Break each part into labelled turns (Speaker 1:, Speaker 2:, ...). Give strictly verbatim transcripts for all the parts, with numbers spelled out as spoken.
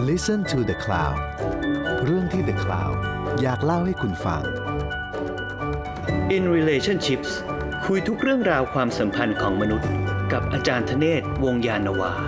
Speaker 1: Listen to the Cloud เรื่องที่ The Cloud อยากเล่าให้คุณฟัง
Speaker 2: In Relationships คุยทุกเรื่องราวความสัมพันธ์ของมนุษย์กับอาจารย์ธเนศ วงศ์ยานนาวา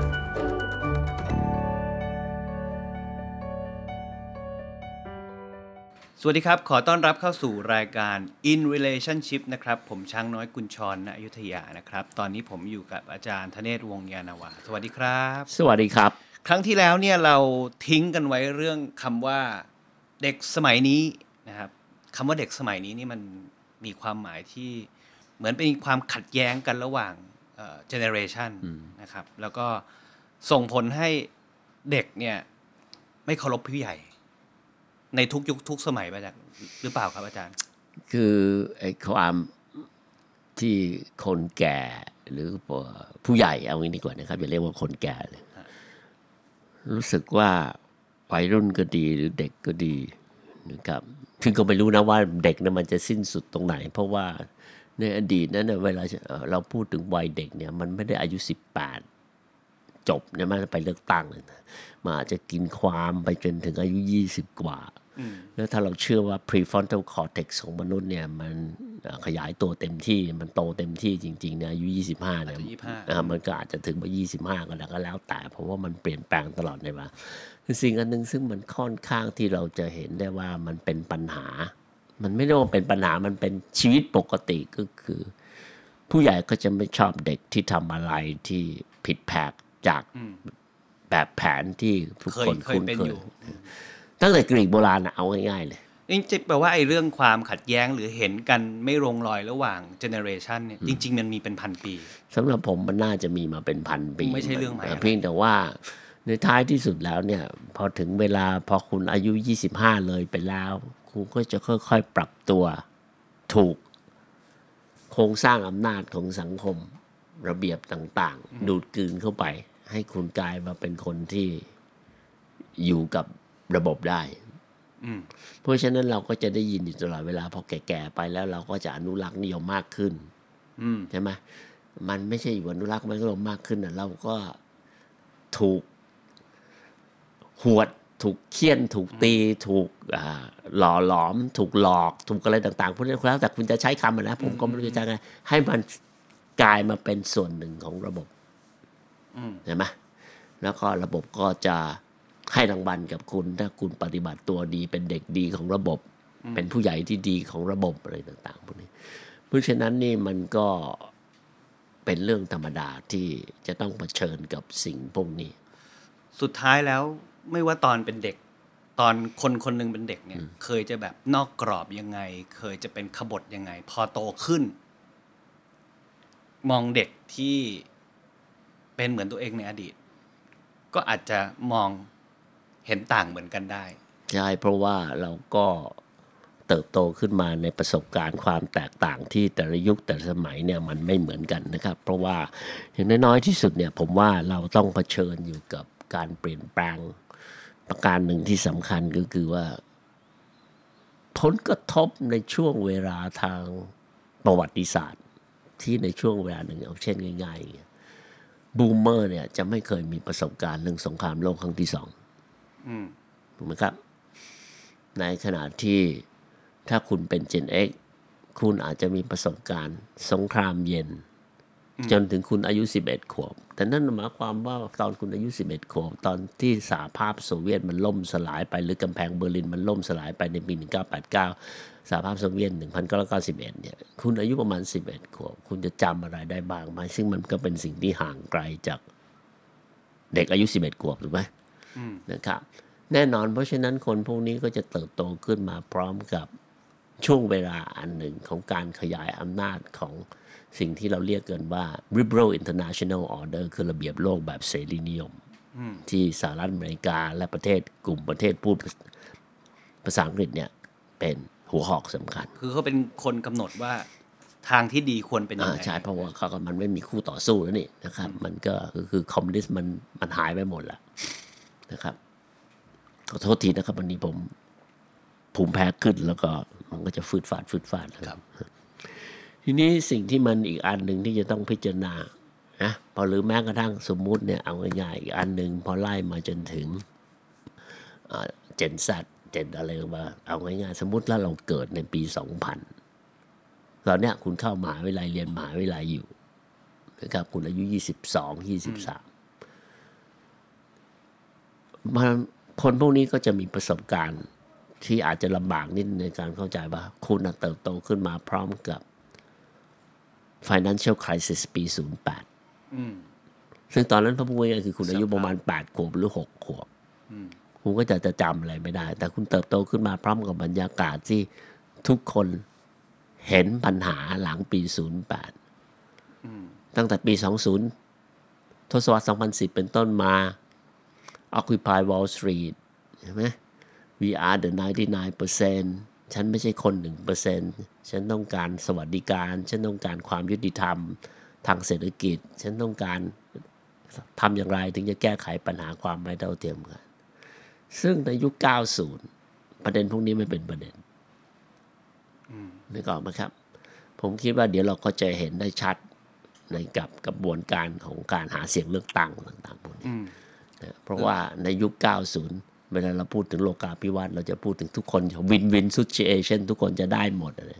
Speaker 2: สวัสดีครับขอต้อนรับเข้าสู่รายการ In Relationship นะครับผมช้างน้อยกุญชร ณ อยุธยานะครับตอนนี้ผมอยู่กับอาจารย์ธเนศ วงศ์ยานนาวาสวัสดีครับ
Speaker 3: สวัสดีครับ
Speaker 2: ครั้งที่แล้วเนี่ยเราทิ้งกันไว้เรื่องคำว่าเด็กสมัยนี้นะครับคำว่าเด็กสมัยนี้นี่มันมีความหมายที่เหมือนเป็นความขัดแย้งกันระหว่างเอ่อ generation นะครับแล้วก็ส่งผลให้เด็กเนี่ยไม่เคารพผู้ใหญ่ในทุกยุคทุกสมัยไปจากหรือเปล่าครับอาจารย์
Speaker 3: คือไอ้ความที่คนแก่หรือผู้ใหญ่เอางี้ดีกว่านะครับอย่าเรียกว่าคนแก่เลยรู้สึกว่าวัยรุ่นก็ดีหรือเด็กก็ดีนะครับถึงก็ไม่รู้นะว่าเด็กเนี่ยมันจะสิ้นสุดตรงไหนเพราะว่าในอดีตนั้นเวลาเราพูดถึงวัยเด็กเนี่ยมันไม่ได้อายุสิบแปดจบเนี่ยมันไปเลือกตั้งเลยนะมันอาจจะกินความไปจนถึงอายุยี่สิบกว่าแล้วถ้าเราเชื่อว่า prefrontal cortex ของมนุษย์เนี่ยมันขยายตัวเต็มที่มันโตเต็มที่จริงๆเนี่ยอายุยี่สิบห้าเนี่ยมันก็อาจจะถึงมายี่สิบห้าก็แล้วก็แล้วแต่เพราะว่ามันเปลี่ยนแปลงตลอดเลยว่าคือสิ่งอันนึงซึ่งมันค่อนข้างที่เราจะเห็นได้ว่ามันเป็นปัญหามันไม่ได้ว่าเป็นปัญหามันเป็นชีวิตปกติก็คือผู้ใหญ่ก็จะไม่ชอบเด็กที่ทำอะไรที่ผิดแผกจากแบบแผนที่ทุกคนคุ้นเคยตั้งแต่กรีกโบราณเอาง่ายๆเลย
Speaker 2: นี่จะแปลว่าไอ้เรื่องความขัดแย้งหรือเห็นกันไม่ลงรอยระหว่างเจเนอเรชันเนี่ยจริงๆมันมีเป็นพันปี
Speaker 3: สำหรับผมมันน่าจะมีมาเป็นพันปี
Speaker 2: ไม่ใช่เรื่องใหม่
Speaker 3: เพียงแต่ว่าในท้ายที่สุดแล้วเนี่ยพอถึงเวลาพอคุณอายุยี่สิบห้าเลยไปแล้วคุณก็จะค่อยๆปรับตัวถูกโครงสร้างอำนาจของสังคมระเบียบต่างๆดูดกลืนเข้าไปให้คุณกลายมาเป็นคนที่อยู่กับระบบได้เพราะฉะนั้นเราก็จะได้ยินอยู่ตลอดเวลาพอแก่ๆไปแล้วเราก็จะอนุรักษ์นิยมมากขึ้นใช่ไหมมันไม่ใช่อยู่อนุรักษ์มันก็มากขึ้นนะเราก็ถูกหวดถูกเคี่ยนถูกตีถูกหล่อหลอมถูกหลอกถูกอะไรต่างๆพวกนี้แล้วแต่คุณจะใช้คำนะผมก็ไม่รู้จะใช้ไงให้มันกลายมาเป็นส่วนหนึ่งของระบบใช่ไหมแล้วก็ระบบก็จะให้รางวัลกับคุณถ้าคุณปฏิบัติตัวดีเป็นเด็กดีของระบบเป็นผู้ใหญ่ที่ดีของระบบอะไรต่างๆพวกนี้เพราะฉะนั้นนี่มันก็เป็นเรื่องธรรมดาที่จะต้องเผชิญกับสิ่งพวกนี้
Speaker 2: สุดท้ายแล้วไม่ว่าตอนเป็นเด็กตอนคนคนนึงเป็นเด็กเนี่ยเคยจะแบบนอกกรอบยังไงเคยจะเป็นขบฏยังไงพอโตขึ้นมองเด็กที่เป็นเหมือนตัวเองในอดีตก็อาจจะมองเห็นต่างเหมือนกันได้
Speaker 3: ใช่เพราะว่าเราก็เติบโตขึ้นมาในประสบการณ์ความแตกต่างที่แต่ละยุคแต่ละสมัยเนี่ยมันไม่เหมือนกันนะครับเพราะว่าอย่างน้อยๆที่สุดเนี่ยผมว่าเราต้องเผชิญอยู่กับการเปลี่ยนแปลงประการหนึ่งที่สำคัญก็คือว่าผลกระทบในช่วงเวลาทางประวัติศาสตร์ที่ในช่วงเวลาหนึ่งเอาเช่นง่ายๆบูมเมอร์เนี่ยจะไม่เคยมีประสบการณ์เรื่องสงครามโลกครั้งที่สองถูกไหมครับในขณะที่ถ้าคุณเป็น Gen X คุณอาจจะมีประสบการณ์สงครามเย็นจนถึงคุณอายุสิบเอ็ดขวบแต่นั่นหมายความว่าตอนคุณอายุสิบเอ็ดขวบตอนที่สหภาพโซเวียตมันล่มสลายไปหรือกำแพงเบอร์ลินมันล่มสลายไปในปีหนึ่งเก้าแปดเก้าสหภาพโซเวียตหนึ่งพันเก้าร้อยเก้าสิบเอ็ดเนี่ยคุณอายุประมาณสิบเอ็ดขวบคุณจะจำอะไรได้บ้างไหมซึ่งมันก็เป็นสิ่งที่ห่างไกลจากเด็กอายุสิบเอ็ดขวบถูกไหมนะครับแน่นอนเพราะฉะนั้นคนพวกนี้ก็จะเติบโตขึ้นมาพร้อมกับช่วงเวลาอันหนึ่งของการขยายอำนาจของสิ่งที่เราเรียกกันว่า liberal international order คือระเบียบโลกแบบเสรีนิยมที่สหรัฐอเมริกาและประเทศกลุ่มประเทศพูดภาษาอังกฤษเนี่ยเป็นหัวหอกสำคัญ
Speaker 2: คือเขาเป็นคนกำหนดว่าทางที่ดีควรเป็นยังไง
Speaker 3: ใช่เพราะว่าเขาก็มันไม่มีคู่ต่อสู้แล้วนี่นะครับมันก็คือคอมมิวนิสต์มันมันหายไปหมดแล้วนะครับขอโทษทีนะครับวันนี้ผมภูมิแพ้ขึ้นแล้วก็มันก็จะฟืดฟาดฟืดฟาดนะครับทีนี้สิ่งที่มันอีกอันหนึ่งที่จะต้องพิจารณานะพอหรือแม้กระทั่งสมมุติเนี่ยเอาง่ายๆอีกอันหนึ่งพอไล่มาจนถึงเจน Z เจนอะไรมาเอาง่ายๆสมมุติว่าเราเกิดในปีสองพันตอนเนี้ยคุณเข้ามหาวิทยาลัยเรียนมหาวิทยาลัยอยู่นะครับคุณอายุยี่สิบสอง ยี่สิบสามมันคนพวกนี้ก็จะมีประสบการณ์ที่อาจจะลำบากนิดในการเข้าใจว่าคุณเติบโตขึ้นมาพร้อมกับ financial crisis ปีศูนย์แปดซึ่งตอนนั้นพระพูดง่ายๆคือคุณอายุประมาณแปดขวบหรือหกขวบคุณก็จะจะจำอะไรไม่ได้แต่คุณเติบโตขึ้นมาพร้อมกับบรรยากาศที่ทุกคนเห็นปัญหาหลังปีศูนย์แปดตั้งแต่ปีสองพันทศวรรษสองพันสิบเป็นต้นมา Occupy Wall Street เห็นไหม We are the ninety-nine percent ฉันไม่ใช่คน หนึ่งเปอร์เซ็นต์ ฉันต้องการสวัสดิการฉันต้องการความยุติธรรมทางเศรษฐกิจฉันต้องการทำอย่างไรถึงจะแก้ไขปัญหาความไม่เท่าเทียมกันซึ่งในยุคเก้าสิบประเด็นพวกนี้ไม่เป็นประเด็นนึกออกไหมครับผมคิดว่าเดี๋ยวเราก็จะเห็นได้ชัดในกับกระบวนการของการหาเสียงเลือกตั้งต่างๆพวกนี้นะเพราะว่าในยุคเก้าสิบเวลาเราพูดถึงโลกาภิวัตน์เราจะพูดถึงทุกคนวินวินซิทูเอชั่นทุกคนจะได้หมดเลย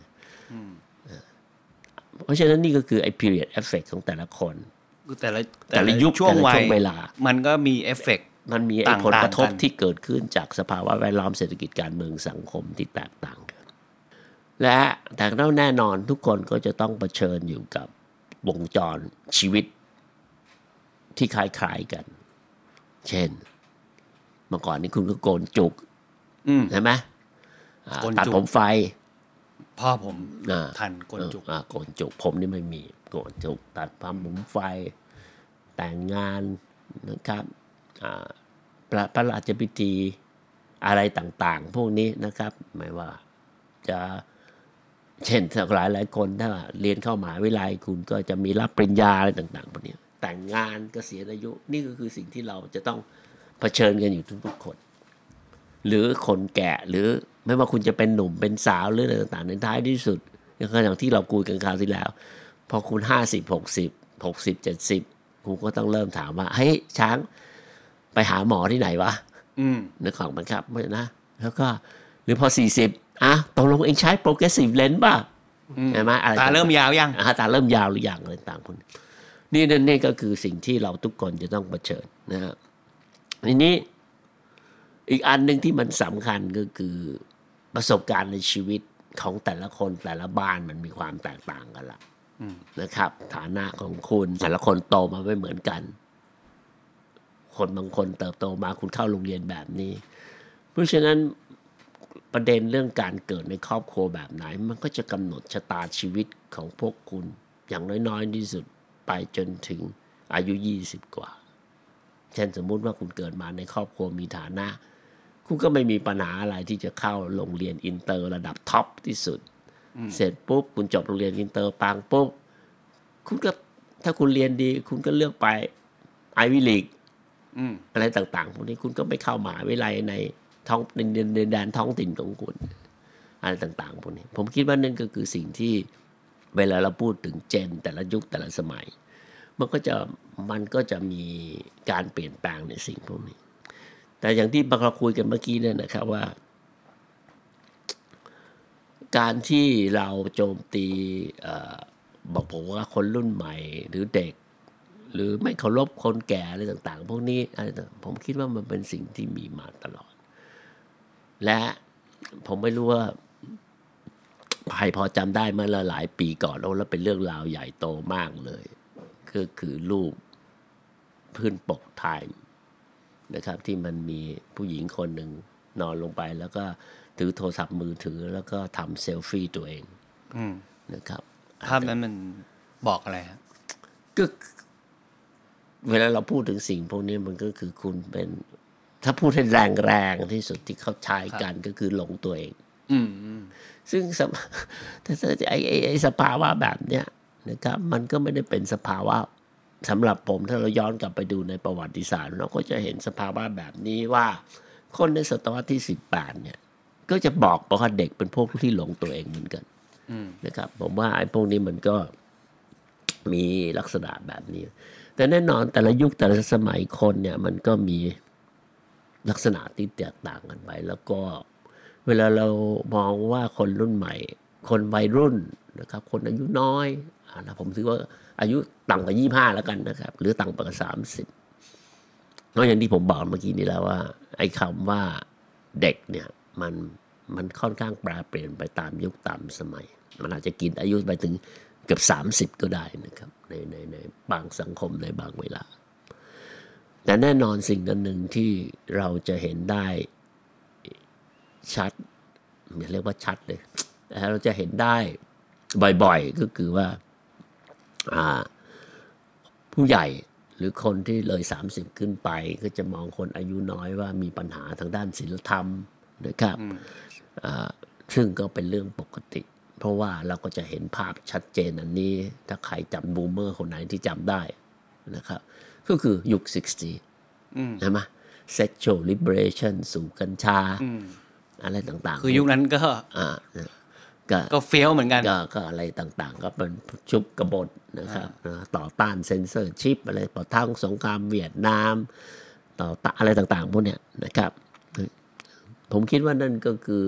Speaker 3: เพราะฉะนั้นนี่ก็คือไอ้ period effect ของแต่ละคน
Speaker 2: แต่ละ
Speaker 3: แต่ละยุคช่วงเวลา
Speaker 2: มันก็มีเอฟเฟกต์
Speaker 3: มันมีไอ้ผลกระทบที่เกิดขึ้นจากสภาวะแวดล้อมเศรษฐกิจการเมืองสังคมที่แตกต่างกันและแต่แน่นอนทุกคนก็จะต้องเผชิญอยู่กับวงจรชีวิตที่คล้ายๆกันเช่นเมื่อก่อนนี้คุณก็โกนจุกใช่ไหมตัดผมไฟ
Speaker 2: พ่อผมทันโกนจุก
Speaker 3: โกนจุกผมนี่ไม่มีโกนจุกตัดผมไฟแต่งงานนะครับพระพระราชพิธีอะไรต่างๆพวกนี้นะครับหมายว่าจะเช่นหลายหลายคนถ้าเรียนเข้ามหาวิทยาลัยคุณก็จะมีรับปริญญาอะไรต่างๆพวกนี้แต่งงานเกษียณอายุนี่ก็คือสิ่งที่เราจะต้องเผชิญกันอยู่ทุกๆคนหรือคนแก่หรือไม่ว่าคุณจะเป็นหนุ่มเป็นสาวหรืออะไรต่างๆในท้ายที่สุดอย่างที่เราคุยกันคราวที่แล้วพอคุณห้าสิบ หกสิบ หกสิบ เจ็ดสิบคุณก็ต้องเริ่มถามว่าเฮ้ยช้างไปหาหมอที่ไหนวะนึกออกมั้ยครับไม่นะแล้วก็หรือพอสี่สิบอ่ะตกลงเองใช้ progressive lens ป่ะใช่มั้ยอะไร
Speaker 2: ตาเริ่มยาวยัง
Speaker 3: อ่ะตาเริ่มยาวหรือยังอะไรต่างๆพวกนี้นี่นี่ก็คือสิ่งที่เราทุกคนจะต้องเผชิญนะฮะทีนี้อีกอันนึงที่มันสำคัญก็คือประสบการณ์ในชีวิตของแต่ละคนแต่ละบ้านมันมีความแตกต่างกันละนะครับฐานะของคุณแต่ละคนโตมาไม่เหมือนกันคนบางคนเติบโตมาคุณเข้าโรงเรียนแบบนี้เพราะฉะนั้นประเด็นเรื่องการเกิดในครอบครัวแบบไหนมันก็จะกำหนดชะตาชีวิตของพวกคุณอย่างน้อยๆที่สุดไปจนถึงอายุยี่สิบกว่าเช่นสมมุติว่าคุณเกิดมาในครอบครัวมีฐานะคุณก็ไม่มีปัญหาอะไรที่จะเข้าโรงเรียนอินเตอร์ระดับท็อปที่สุดเสร็จปุ๊บคุณจบโรงเรียนอินเตอร์ปังปุ๊บคุณก็ถ้าคุณเรียนดีคุณก็เลือกไปไอวิลีกอะไรต่างๆพวกนี้คุณก็ไม่เข้ามหาวิทยาลัยในท้องในแดนท้องถิ่นของคุณอะไรต่างๆพวกนี้ผมคิดว่านั่นก็คือสิ่งที่เวลาเราพูดถึงเจนแต่ละยุคแต่ละสมัยมันก็จะมันก็จะมีการเปลี่ยนแปลงในสิ่งพวกนี้แต่อย่างที่เราคุยกันเมื่อกี้เนี่ยนะครับว่าการที่เราโจมตีบอกผมว่าคนรุ่นใหม่หรือเด็กหรือไม่เคารพคนแก่อะไรต่างๆพวกนี้อะไรต่างผมคิดว่ามันเป็นสิ่งที่มีมาตลอดและผมไม่รู้ว่าใครพอจำได้เมื่อหลายปีก่อนแล้วเป็นเรื่องราวใหญ่โตมากเลยก็คือรูปพื้นปกไทม์นะครับที่มันมีผู้หญิงคนหนึ่งนอนลงไปแล้วก็ถือโทรศัพท์มือถือแล้วก็ทำเซลฟี่ตัวเองนะครับ
Speaker 2: ภาพนั้นมันบอกอะไรครับ
Speaker 3: ก็เวลาเราพูดถึงสิ่งพวกนี้มันก็คือคุณเป็นถ้าพูดให้แรงๆที่สุดที่เขาใช้กันก็คือหลงตัวเองซึ่งแต่ไอ้ไอ้สภาวะแบบเนี้ยนะครับมันก็ไม่ได้เป็นสภาวะสำหรับผมถ้าเราย้อนกลับไปดูในประวัติศาสตร์เราก็จะเห็นสภาวะแบบนี้ว่าคนในศตวรรษที่สิบแปดเนี่ยก็จะบอกว่าเด็กเป็นพวกที่หลงตัวเองเหมือนกันนะครับผมว่าไอ้พวกนี้มันก็มีลักษณะแบบนี้แต่แน่นอนแต่ละยุคแต่ละสมัยคนเนี่ยมันก็มีลักษณะที่แตกต่างกันไปแล้วก็เวลาเรามองว่าคนรุ่นใหม่คนวัยรุ่นนะครับคนอายุน้อยนะผมถือว่าอายุต่ำกว่ายี่สิบห้าแล้วกันนะครับหรือต่ำกว่าสามสิบเพราะอย่างที่ผมบอกเมื่อกี้นี้แล้วว่าไอ้คำว่าเด็กเนี่ยมันมันค่อนข้างแปรเปลี่ยนไปตามยุคตามสมัยมันอาจจะกินอายุไปถึงเกือบสามสิบก็ได้นะครับในในในบางสังคมในบางเวลาแต่แน่นอนสิ่งหนึ่งที่เราจะเห็นได้ชัดอย่าเรียกว่าชัดเลยเราจะเห็นได้บ่อยๆก็คือว่าผู้ใหญ่หรือคนที่เลยสามสิบขึ้นไปก็จะมองคนอายุน้อยว่ามีปัญหาทางด้านศีลธรรมนะครับซึ่งก็เป็นเรื่องปกติเพราะว่าเราก็จะเห็นภาพชัดเจนอันนี้ถ้าใครจำบูมเมอร์คนไหนที่จำได้นะครับก็คือยุคหกสิบใช่ไหม sexual liberation สู่กัญชาอะไรต่างๆ
Speaker 2: คือยุคนั้นก็
Speaker 3: ก็
Speaker 2: ก็เฟี้ยวเหมือนกัน
Speaker 3: ก็อะไรต่างๆก็เป็นชุบกบฏนะครับต่อต้านเซนเซอร์ชิปอะไรต่อต้านสงครามเวียดนามต่อต้านอะไรต่างๆพวกเนี้ยนะครับผมคิดว่านั่นก็คือ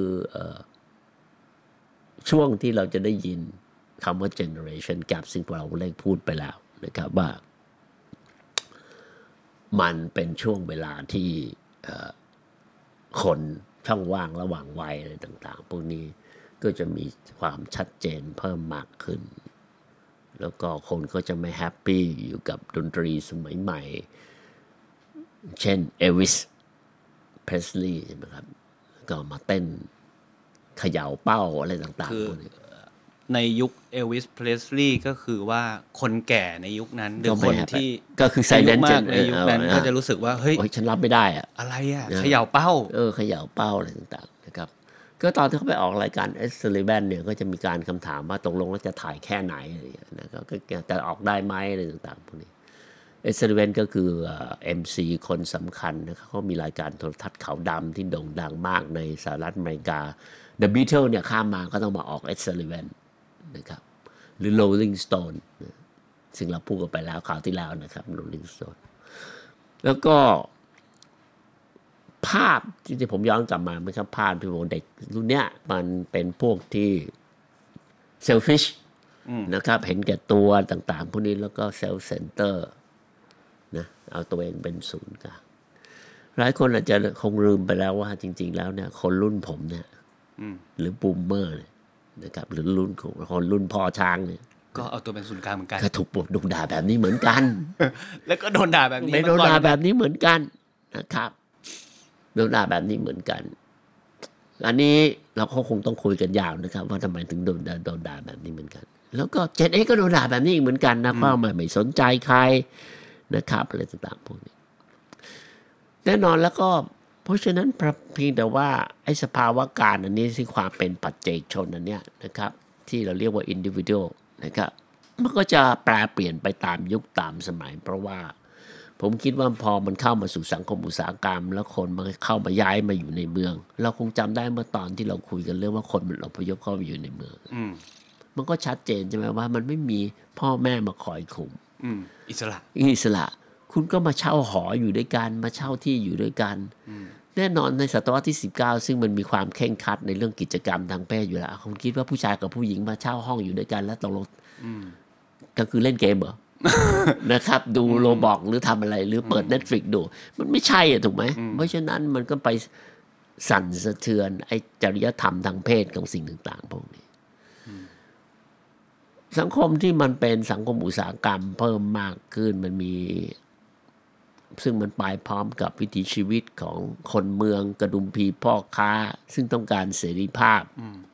Speaker 3: ช่วงที่เราจะได้ยินคำว่า generation gap ซึ่งเราได้พูดไปแล้วนะครับว่ามันเป็นช่วงเวลาที่คนช่องว่างระหว่างวัยอะไรต่างๆพวกนี้ก็จะมีความชัดเจนเพิ่มมากขึ้นแล้วก็คนก็จะไม่แฮปปี้อยู่กับดนตรีสมัยใหม่เช่นเอลวิสเพรสลีย์ใช่ไหมครับก็มาเต้นเขย่าเป้าอะไรต่างๆพวกนี้
Speaker 2: ในยุคเอลวิสเพรสลีย์ก็คือว่าคนแก่ในยุคนั้นหรือคนที่
Speaker 3: ก็คือไซเลนต์
Speaker 2: ในยุคนั้นก็จะรู้สึกว่าเฮ้ย
Speaker 3: ฉันรับไม่ได้อะ
Speaker 2: อะไรอะเขย่าเป้า
Speaker 3: เออเขย่าเป้าอะไรต่างๆนะครับก็ตอนที่เขาไปออกรายการเอสซูลิแวนเนี่ยก็จะมีการคำถามว่าตกลงแล้วจะถ่ายแค่ไหนอะไรอย่างเงี้ยนะก็จะออกได้ไหมอะไรต่างๆพวกนี้เอสซูลิแวนก็คือเอ็มซีคนสำคัญนะครับเขามีรายการโทรทัศน์ขาวดำที่โด่งดังมากในสหรัฐอเมริกา The Beatles เนี่ยข้ามมาก็ต้องมาออกเอสซูลิแวนนะครับหรือ Rolling Stone ซึ่งเราพูดกันไปแล้วคราวที่แล้วนะครับ Rolling Stone แล้วก็ภาพที่ผมย้อนกลับมาไม่ครับภาพที่ผมเด็กรุ่นเนี้ยมันเป็นพวกที่เซลฟิชนะครับเห็นแก่ตัวต่างๆพวกนี้แล้วก็เซลฟ์เซนเตอร์นะเอาตัวเองเป็นศูนย์กลางหลายคนอาจจะคงลืมไปแล้วว่าจริงๆแล้วเนี่ยคนรุ่นผมเนี่ยหรือบูมเมอร์นะครับหรือรุ่นของคนรุ่นพ่อช้างเนี่ย
Speaker 2: ก็เอาตัวเป็นศูนย์กลางเหมือนกัน
Speaker 3: ก็ถูกปลุกดุด่าแบบนี้เหมือนกัน
Speaker 2: แล้วก็โดนด่าแบบนี้
Speaker 3: โดนด่าแบบนี้เหมือนกันนะครับโดนด่าแบบนี้เหมือนกันอันนี้เราก็คงต้องคุยกันยาวนะครับว่าทำไมถึงโดนด่าโดนด่าแบบนี้เหมือนกันแล้วก็เจนเอ็กก็โดนด่าแบบนี้อีกเหมือนกันนะเพราะมันไม่สนใจใครนะครับอะไรต่างๆพวกนี้แน่นอนแล้วก็เพราะฉะนั้นเพียงแต่ว่าไอ้สภาวะการอันนี้ที่ความเป็นปัจเจกชนอันเนี้ยนะครับที่เราเรียกว่า individual นะครับมันก็จะแปรเปลี่ยนไปตามยุคตามสมัยเพราะว่าผมคิดว่าพอมันเข้ามาสู่สังคมอุตสาหกรรมแล้วคนมันเข้ามาย้ายมาอยู่ในเมืองเราคงจำได้เมื่อตอนที่เราคุยกันเรื่องว่าคนมันอพยพเข้ามาอยู่ในเมืองมันก็ชัดเจนใช่ไหมว่ามันไม่มีพ่อแม่มาคอยคุม
Speaker 2: อิสระ
Speaker 3: อิสระคุณก็มาเช่าหออยู่ด้วยกันมาเช่าที่อยู่ด้วยกันแน่นอนในศตวรรษที่สิบเก้าซึ่งมันมีความเคร่งครัดในเรื่องกิจกรรมทางเพศอยู่แล้วคุณคิดว่าผู้ชายกับผู้หญิงมาเช่าห้องอยู่ด้วยกันแล้วตกลงก็คือเล่นเกมเหรอ นะครับดูโรบอกหรือทำอะไรหรือเปิด Netflix ดูมันไม่ใช่อ่ะถูกไหมเพราะฉะนั้นมันก็ไปสั่นสะเทือนไอ้จริยธรรมทางเพศของสิ่งต่างๆพวกนี้สังคมที่มันเป็นสังคมอุตสาหกรรมเพิ่มมากขึ้นมันมีซึ่งมันไปพร้อมกับวิถีชีวิตของคนเมืองกระดุมพีพ่อค้าซึ่งต้องการเสรีภาพ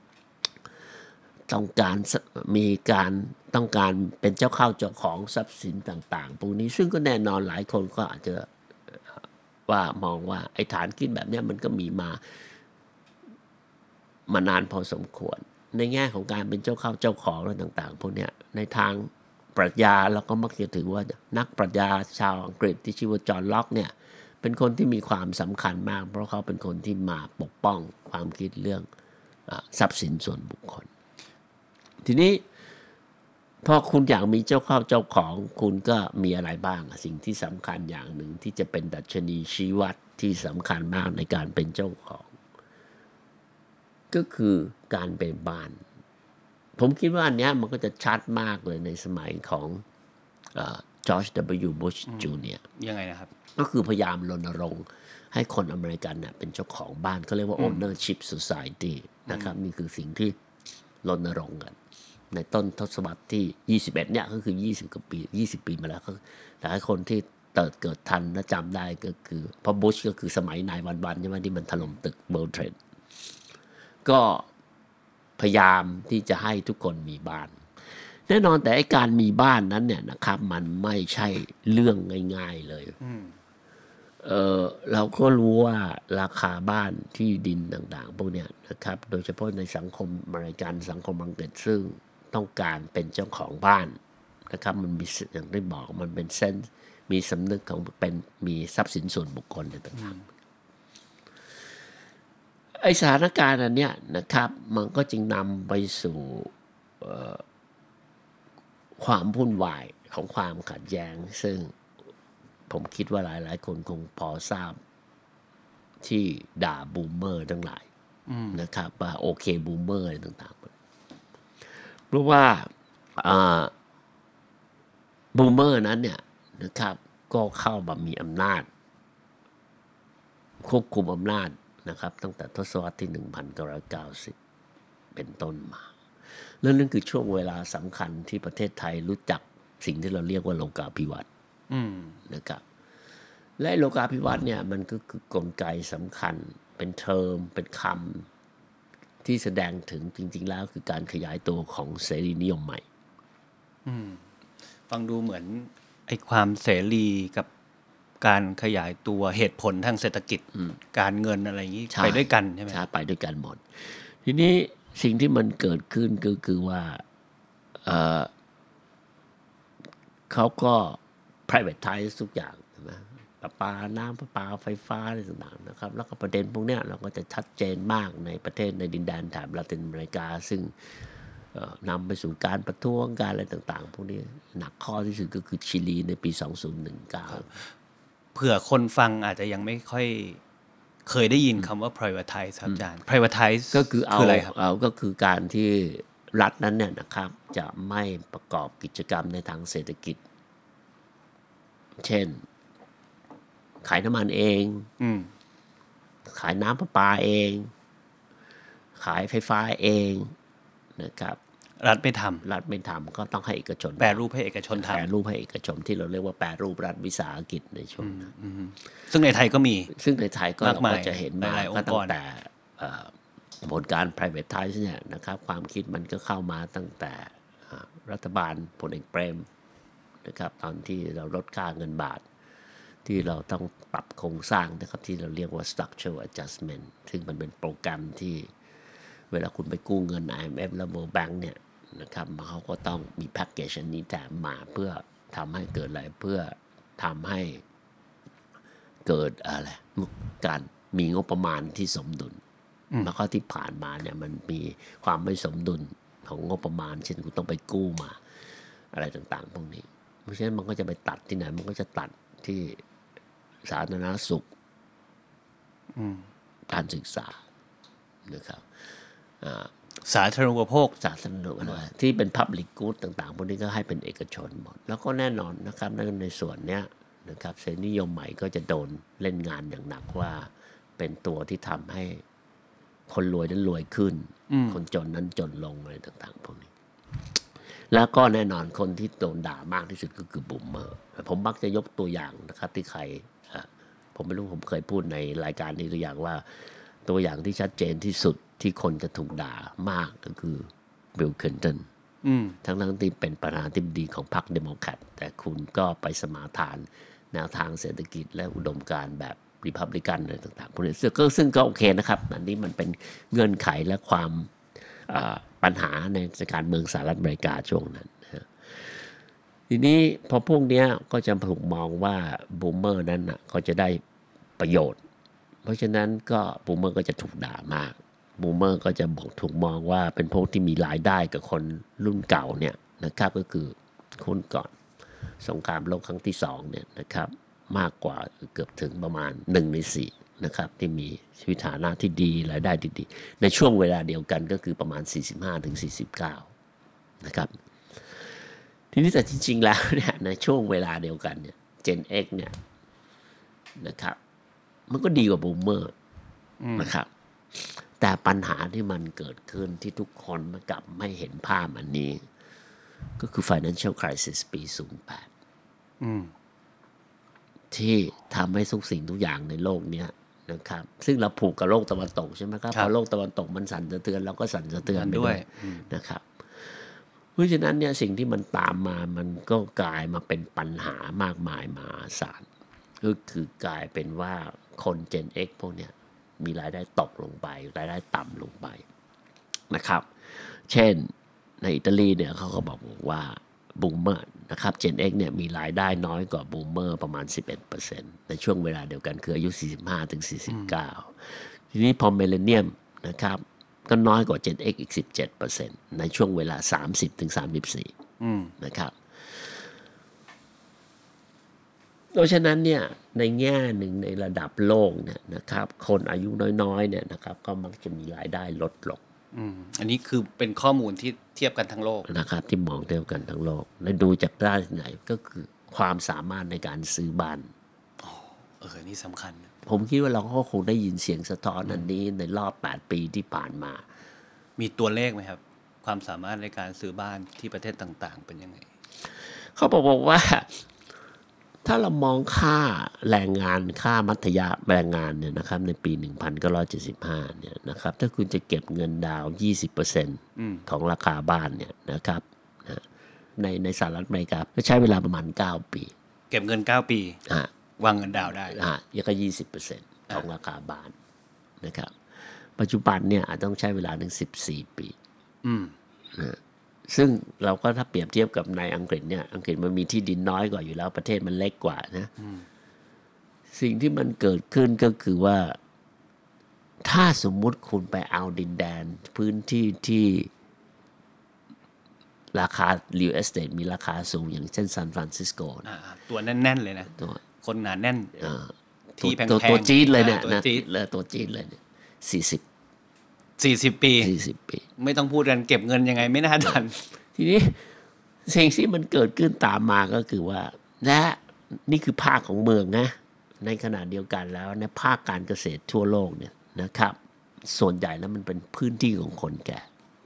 Speaker 3: ต้องการมีการต้องการเป็นเจ้าเข้าเจ้าของทรัพย์สินต่างๆพวกนี้ซึ่งก็แน่นอนหลายคนก็อาจจะว่ามองว่าไอ้ฐานคิดแบบนี้มันก็มีมามานานพอสมควรในแง่ของการเป็นเจ้าเข้าเจ้าของอะไรต่างๆพวกนี้ในทางปรัชญาเราก็มักจะถือว่านักปรัชญาชาวอังกฤษที่ชื่อว่าจอห์นล็อกเนี่ยเป็นคนที่มีความสำคัญมากเพราะเขาเป็นคนที่มาปกป้องความคิดเรื่องทรัพย์สินส่วนบุคคลทีนี้พอคุณอยากมีเจ้าเข้าเจ้าของคุณก็มีอะไรบ้างสิ่งที่สำคัญอย่างหนึ่งที่จะเป็นดัชนีชี้วัดที่สำคัญมากในการเป็นเจ้าของก็คือการเป็นบ้านผมคิดว่าอันเนี้ยมันก็จะชัดมากเลยในสมัยของจอร์จ ดับเบิลยู บุช จูเนียร์
Speaker 2: ยังไงนะครับ
Speaker 3: ก็คือพยายามรณรงค์ให้คนอเมริกันเนี่ยเป็นเจ้าของบ้านเขาเรียกว่า ownership society นะครับนี่คือสิ่งที่รณรงค์กันในต้นทศวรรษที่ยี่สิบเอ็ดเนี่ยก็คือยี่สิบกว่าปียี่สิบปีมาแล้วหลายคนที่เติดเกิดทันและจำได้ก็คือเพราะบุชก็คือสมัยนายวันๆใช่ไหมที่มันถล่มตึก World Trade ก็พยายามที่จะให้ทุกคนมีบ้านแน่นอนแต่ไอ้การมีบ้านนั้นเนี่ยนะครับมันไม่ใช่เรื่องง่ายๆเลยเออเราก็รู้ว่าราคาบ้านที่ดินต่างๆพวกเนี้ยนะครับโดยเฉพาะในสังคมอเมริกันสังคมอังกฤษซึ่งต้องการเป็นเจ้าของบ้านนะครับมันมีอย่างที่บอกมันเป็นเส้นมีสำนึกของเป็นมีทรัพย์สินส่วนบุคคลต่างๆไอสถานการณ์อันเนี้ยนะครับมันก็จึงนำไปสู่ความวุ่นวายของความขัดแย้งซึ่งผมคิดว่าหลายๆคนคงพอทราบที่ด่าบูมเมอร์ทั้งหลายนะครับว่าโอเคบูมเมอร์อะไรต่างๆเพราะว่าบูมเมอร์นั้นเนี่ยนะครับก็เข้ามามีอำนาจควบคุมอำนาจนะครับตั้งแต่ทศวรรษที่หนึ่งพันเก้าร้อยเก้าสิบเป็นต้นมาแล้วนั่นคือช่วงเวลาสำคัญที่ประเทศไทยรู้จักสิ่งที่เราเรียกว่าโลกาภิวัตน์นะครับและโลกาภิวัตน์เนี่ยมันก็คือกลไกสำคัญเป็นเทอมเป็นคำที่แสดงถึงจริงๆแล้วคือการขยายตัวของเสรีนิยมใหม่
Speaker 2: ฟังดูเหมือนไอ้ความเสรีกับการขยายตัวเหตุผลทางเศรษฐกิจการเงินอะไรอย่างนี้ไปด้วยกันใช่ไหม
Speaker 3: ใช่ไปด้วยกันหมดทีนี้สิ่งที่มันเกิดขึ้นก็คือว่า เ, เขาก็ privatize ทุกอย่างนะประปาน้ำประปาไฟฟ้าอะไรต่างๆนะครับแล้วก็ประเด็นพวกนี้เราก็จะชัดเจนมากในประเทศในดินแดนแถบลาตินอเมริกาซึ่งนำไปสู่การประท้วงการอะไรต่างๆพวกนี้หนักข้อที่สุดก็คือชิลีในปีสองพันสิบเก้า
Speaker 2: เผื่อคนฟังอาจจะยังไม่ค่อยเคยได้ยินคำว่า privatize ครับอาจารย์ privatize
Speaker 3: ก็คือเอาเอาก็คือการที่รัฐนั้นเนี่ยนะครับจะไม่ประกอบกิจกรรมในทางเศรษฐกิจเช่นขายน้ำมันเองขายน้ำประปาเองขายไฟฟ้าเองนะครับ
Speaker 2: รัฐไม่ทำ
Speaker 3: รัฐไม่ทำก็ต้องให้เอกชน
Speaker 2: แปรรูปให้เอกชนทำ
Speaker 3: แปรรูปให้เอกชนที่เราเรียกว่าแปรรูปรัฐวิสาหกิจในช่วงนั้น
Speaker 2: ซึ่งในไทยก็มี
Speaker 3: ซึ่งในไทยก็เราก็จะเห็นมาก็ตั้งแต่ผลการ privatize เนี่ยนะครับความคิดมันก็เข้ามาตั้งแต่รัฐบาลพลเอกเปรมนะครับตอนที่เราลดค่าเงินบาทที่เราต้องปรับโครงสร้างนะครับที่เราเรียกว่า structural adjustment ซึ่งมันเป็นโปรแกรมที่เวลาคุณไปกู้เงิน ไอ เอ็ม เอฟ และ World Bank เนี่ยนะครับเขาก็ต้องมีแพ็กเกจอันนี้แถมมาเพื่อทำให้เกิดอะไรเพื่อทำให้เกิดอะไรการมีงบประมาณที่สมดุลแล้วก็ที่ผ่านมาเนี่ยมันมีความไม่สมดุลของงบประมาณเช่นคุณต้องไปกู้มาอะไรต่างๆพวกนี้เพราะฉะนั้นมันก็จะไปตัดที่ไหนมันก็จะตัดที่สาธารณสุขการศึกษานะครับ
Speaker 2: สาธารณูปโภค
Speaker 3: สาธารณูปโภคที่เป็น public good ต่างๆพวกนี้ก็ให้เป็นเอกชนหมดแล้วก็แน่นอนนะครับในส่วนเนี้ยนะครับเสรีนิยมใหม่ก็จะโดนเล่นงานอย่างหนักว่าเป็นตัวที่ทำให้คนรวยนั้นรวยขึ้นคนจนนั้นจนลงอะไรต่างๆพวกนี้แล้วก็แน่นอนคนที่โดนด่ามากที่สุดก็คือบูมเมอร์ผมมักจะยกตัวอย่างนะครับที่ใครผมไม่รู้ผมเคยพูดในรายการนี้ตัวอย่างว่าตัวอย่างที่ชัดเจนที่สุดที่คนจะถูกด่ามากก็คือบิล คลินตันทั้งทั้งที่เป็นประธานาธิบดีของพรรคเดโมแครตแต่คุณก็ไปสมาทานแนวทางเศรษฐกิจและอุดมการณ์แบบริพับลิกันอะไรต่างๆพวกนี้ซึ่งก็โอเคนะครับอันนี้มันเป็นเงื่อนไขและความปัญหาในการเมืองสหรัฐอเมริกาช่วงนั้นทีนี้พอพวกนี้ก็จะถูกมองว่าบูมเมอร์นั้นน่ะเขาจะได้ประโยชน์เพราะฉะนั้นก็บูมเมอร์ก็จะถูกด่ามากบูมเมอร์ก็จะบอกถูกมองว่าเป็นพวกที่มีรายได้กับคนรุ่นเก่าเนี่ยนะครับก็คือคนก่อนสงครามโลกครั้งที่สองเนี่ยนะครับมากกว่าเกือบถึงประมาณหนึ่งในสี่นะครับที่มีชีวิตฐานะที่ดีรายได้ดีๆในช่วงเวลาเดียวกันก็คือประมาณ สี่สิบห้าถึงสี่สิบเก้า นะครับทีนี้แต่จริงๆแล้วเนี่ยในช่วงเวลาเดียวกันเนี่ย Gen X เนี่ยนะครับมันก็ดีกว่า Boomer นะครับแต่ปัญหาที่มันเกิดขึ้นที่ทุกคนกลับไม่เห็นภาพอันนี้ก็คือ financial crisis ปี ศูนย์แปด
Speaker 2: อืม
Speaker 3: ที่ทำให้ทุกสิ่งทุกอย่างในโลกนี้นะครับซึ่งเราผูกกับโลกตะวันตกใช่ไหมครับ
Speaker 2: ครั
Speaker 3: พ
Speaker 2: บ
Speaker 3: อโลกตะวันตกมันสั่นสะเทือนเราก็สั่นสะเทือนไป
Speaker 2: ด้
Speaker 3: ด้
Speaker 2: ว
Speaker 3: วย ยนะครับเพราะฉะนั้นเนี่ยสิ่งที่มันตามมามันก็กลายมาเป็นปัญหามากมายมหาศาลก็คือกลายเป็นว่าคน Gen X พวกเนี้ยมีรายได้ตกลงไปรายได้ต่ำลงไปนะครับเช่นในอิตาลีเนี่ยเขาก็บอกว่าบูมเมอร์นะครับ Gen X เนี่ยมีรายได้น้อยกว่าบูมเมอร์ประมาณ สิบเอ็ดเปอร์เซ็นต์ ในช่วงเวลาเดียวกันคืออายุ สี่สิบห้าถึงสี่สิบเก้า ทีนี้พอมิลเลนเนียมนะครับก็น้อยกว่า Gen X อีก สิบเจ็ดเปอร์เซ็นต์ ในช่วงเวลา สามสิบถึงสามสิบสี่ นะครับเพราะฉะนั้นเนี่ยในแง่หนึ่งในระดับโลกเนี่ยนะครับคนอายุน้อยๆเนี่ยนะครับก็มักจะมีรายได้ลดลง
Speaker 2: อืมอันนี้คือเป็นข้อมูลที่เทียบกันทั้งโลก
Speaker 3: นะครับที่มองเทียบกันทั้งโลกและดูจากด้านไหนก็คือความสามารถในการซื้อบ้าน
Speaker 2: เออนี่สำคัญนะ
Speaker 3: ผมคิดว่าเราก็คงได้ยินเสียงสะท้อนอันนี้ในรอบแปดปีที่ผ่านมา
Speaker 2: มีตัวเลขไหมครับ ความสามารถในการซื้อบ้านที่ประเทศต่างๆ เป็นยังไง
Speaker 3: เขาบอกว่าถ้าเรามองค่าแรงงานค่ามัธยมแรงงานเนี่ยนะครับในปี หนึ่งพันเก้าร้อยเจ็ดสิบห้า เนี่ยนะครับถ้าคุณจะเก็บเงินดาวน์ ยี่สิบเปอร์เซ็นต์ ของราคาบ้านเนี่ยนะครับในในสหรัฐอเมริกาก็ใช้เวลาประมาณเก้าปี
Speaker 2: เก็บเงินเก้าปี
Speaker 3: อ่ะ
Speaker 2: วางเงินดาวน์ได้
Speaker 3: อ่ะยังก็ ยี่สิบเปอร์เซ็นต์ ของราคาบ้านนะครับปัจจุบันเนี่ยอาจต้องใช้เวลาถึงสิบสี่ปี
Speaker 2: อืม
Speaker 3: นะซึ่งเราก็ถ้าเปรียบเทียบกับในอังกฤษเนี่ยอังกฤษมันมีที่ดินน้อยกว่าอยู่แล้วประเทศมันเล็กกว่านะสิ่งที่มันเกิดขึ้นก็คือว่าถ้าสมมุติคุณไปเอาดินแดนพื้นที่ที่ราคา real estate มีราคาสูงอย่างเช่นซานฟรานซิสโกนะ
Speaker 2: ตัวแน่นๆเลยนะตัวคนหนาแน่นที่แพงๆ
Speaker 3: ตัวตัวจี๊ดเลยเนี่ย
Speaker 2: ตัว
Speaker 3: นะ
Speaker 2: จี๊ด
Speaker 3: เลยตัวจี๊ดเลยเนี่ยสี่สิบ
Speaker 2: สี่สิบปี
Speaker 3: สี่สิบปี
Speaker 2: ไม่ต้องพูดกันเก็บเงินยังไงไม่น่าทัน
Speaker 3: ทีนี้สิ่งที่มันเกิดขึ้นตามมาก็คือว่าและนี่คือภาคของเมืองนะในขณะเดียวกันแล้วในภาคการเกษตรทั่วโลกเนี่ยนะครับส่วนใหญ่แล้วมันเป็นพื้นที่ของคนแก่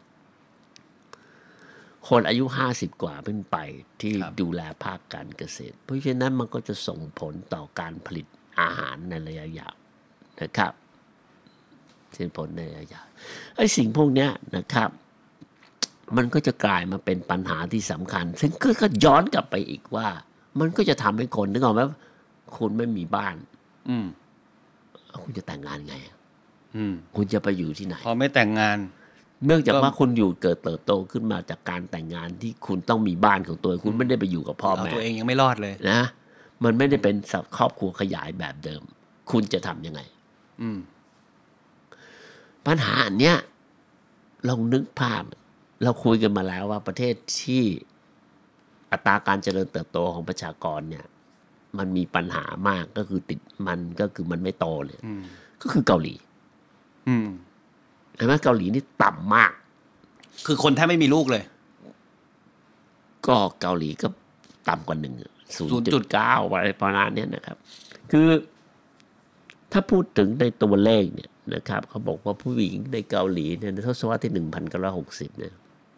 Speaker 3: คนอายุห้าสิบกว่าขึ้นไปที่ดูแลภาคการเกษตรเพราะฉะนั้นมันก็จะส่งผลต่อการผลิตอาหารในระยะยาวนะครับเป็นผลในระยะยาวไอ้สิ่งพวกนี้นะครับมันก็จะกลายมาเป็นปัญหาที่สำคัญซึ่งก็ย้อนกลับไปอีกว่ามันก็จะทำให้คนนึกออกไหมคุณไม่มีบ้าน
Speaker 2: อืม
Speaker 3: คุณจะแต่งงานไง
Speaker 2: อืม
Speaker 3: คุณจะไปอยู่ที่ไหน
Speaker 2: พอไม่แต่งงาน
Speaker 3: เนื่องจากว่าคุณอยู่เกิดเติบโตขึ้นมาจากการแต่งงานที่คุณต้องมีบ้านของตัวคุณไม่ได้ไปอยู่กับพ่อแม่
Speaker 2: ตัวเองยังไม่รอดเลย
Speaker 3: นะมันไม่ได้เป็นครอบครัวขยายแบบเดิมคุณจะทำยังไง
Speaker 2: อืม
Speaker 3: ปัญหาอันเนี้ยลองนึกภาพเราคุยกันมาแล้วว่าประเทศที่อัตราการเจริญเติบโตของประชากรเนี่ยมันมีปัญหามากก็คือติดมันก็คือมันไม่โตเลยก็คือเกาหลี
Speaker 2: อืม
Speaker 3: เห็นไหมเกาหลีนี่ต่ำมาก
Speaker 2: คือคนแทบไม่มีลูกเลย
Speaker 3: ก็เกาหลีก็ต่ำกว่าหนึ่ง ศูนย์จุดเก้า อะไรประมาณนี้นะครับคือถ้าพูดถึงในตัวเลขเนี่ยนะครับเขาบอกว่าผู้หญิงในเกาหลีเนี่ยในทศวรรษที่ หนึ่งพันเก้าร้อยหกสิบ เนี่ย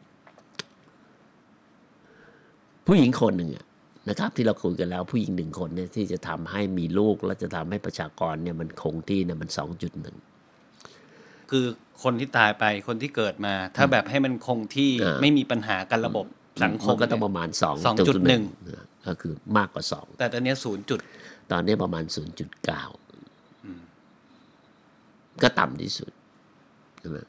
Speaker 3: ผู้หญิงคนหนึ่งนะครับที่เราคุยกันแล้วผู้หญิงหนึ่งคนเนี่ยที่จะทำให้มีลูกและจะทำให้ประชากรเนี่ยมันคงที่เนี่ยมัน สองจุดหนึ่ง
Speaker 2: คือคนที่ตายไปคนที่เกิดมาถ้าแบบให้มันคงที่ไม่มีปัญหากันระบบสังคม
Speaker 3: ก็ต้องประมาณ สองจุดหนึ่ง ก็คือมากกว่าสอง
Speaker 2: แต่ตอนนี้ศูนย์จุด
Speaker 3: ตอนนี้ประมาณ ศูนย์จุดเก้า ก็ต่ำที่สุดใช่ไหม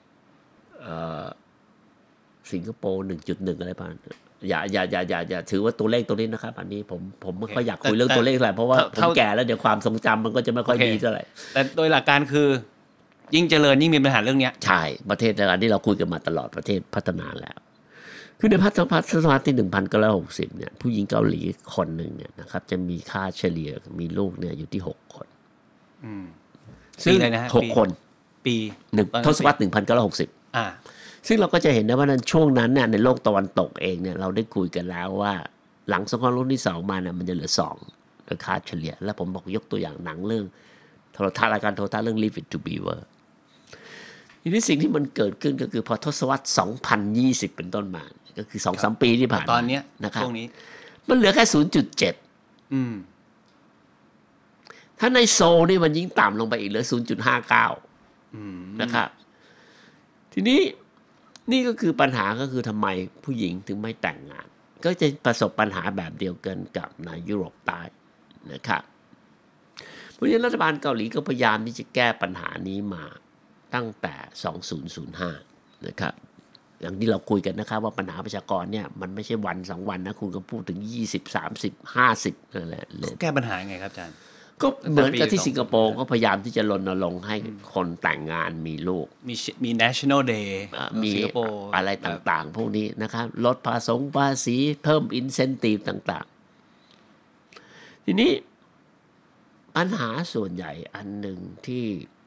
Speaker 3: สิงคโปร์ หนึ่งจุดหนึ่ง อะไรประมาณอย่าอย่าอย่าอย่าอย่าถือว่าตัวเลขตัวนี้นะครับอันนี้ผมผมไม่ค่อยอยากคุยเรื่องตัวเลขเท่าไหร่เพราะว่าผมแก่แล้วเดี๋ยวความทรงจำมันก็จะไม่ค่อยดีเท่าไหร่
Speaker 2: แต่โดยหลักการคือยิ่งเจริญยิ่งมีปัญหาเรื่องนี้
Speaker 3: ใช่ประเทศที่เราคุยกันมาตลอดประเทศพัฒนาแล้วคือในพัฒพัฒศตวรรษที่หนึ่งพันเก้าร้อยหกสิบเนี่ยผู้หญิงเกาหลีคนหนึ่งเนี่ยนะครับจะมีค่าเฉลี่ยมีลูกเนี่ยอยู่ที่หกคน
Speaker 2: ซึ่งอะไรนะฮะ
Speaker 3: หกคน
Speaker 2: ปี
Speaker 3: หนึ่งทศวรรษหนึ่งพันเก้าร้อยหกสิบ
Speaker 2: อ่า
Speaker 3: ซึ่งเราก็จะเห็นได้ว่านั้นช่วงนั้นเนี่ยในโลกตะวันตกเองเนี่ยเราได้คุยกันแล้วว่าหลังสงครามโลกที่สองมาเนี่ยมันจะเหลือสองโดยค่าเฉลี่ยแล้วผมบอกยกตัวอย่างหนังเรื่องโทรทัศน์รายการโทรทัศน์เรื่อง Leave It to Beaver ทีนี้สิ่งที่มันเกิดขึ้นก็คือพอทศวรรษสองพันยี่สิบเป็นต้นมาก็คือ สองถึงสาม ปีที่ผ่านมา
Speaker 2: ตอนนี้
Speaker 3: นะครับ
Speaker 2: ช่วงนี้
Speaker 3: มันเหลือแค่ ศูนย์จุดเจ็ด
Speaker 2: อืม
Speaker 3: ถ้าในโซลนี่มันยิ่งต่ำลงไปอีกเหลือ ศูนย์จุดห้าเก้า
Speaker 2: อืม
Speaker 3: นะครับทีนี้นี่ก็คือปัญหาก็คือทำไมผู้หญิงถึงไม่แต่งงานก็จะประสบปัญหาแบบเดียวกันกับในยุโรปใต้นะครับเพราะฉะนั้นรัฐบาลเกาหลีก็พยายามที่จะแก้ปัญหานี้มาตั้งแต่สองพันห้านะครับอย่างที่เราคุยกันนะครับว่าปัญหาประชากรเนี่ยมันไม่ใช่วันสองวันนะคุณก็พูดถึงยี่สิบ สามสิบ ห้าสิบนั่นแหละ
Speaker 2: แก้ปัญหาไงครับอาจารย์
Speaker 3: ก็เหมือนกับที่สิงคโปร์ก็พยายามที่จะรณรงค์ให้คนแต่งงานมีลูก
Speaker 2: มีมี national day
Speaker 3: มีอะไรต่างๆพวกนี้นะครับลดภาษีภาษีเพิ่ม incentive ต่างๆทีนี้ปัญหาส่วนใหญ่อันหนึ่งที่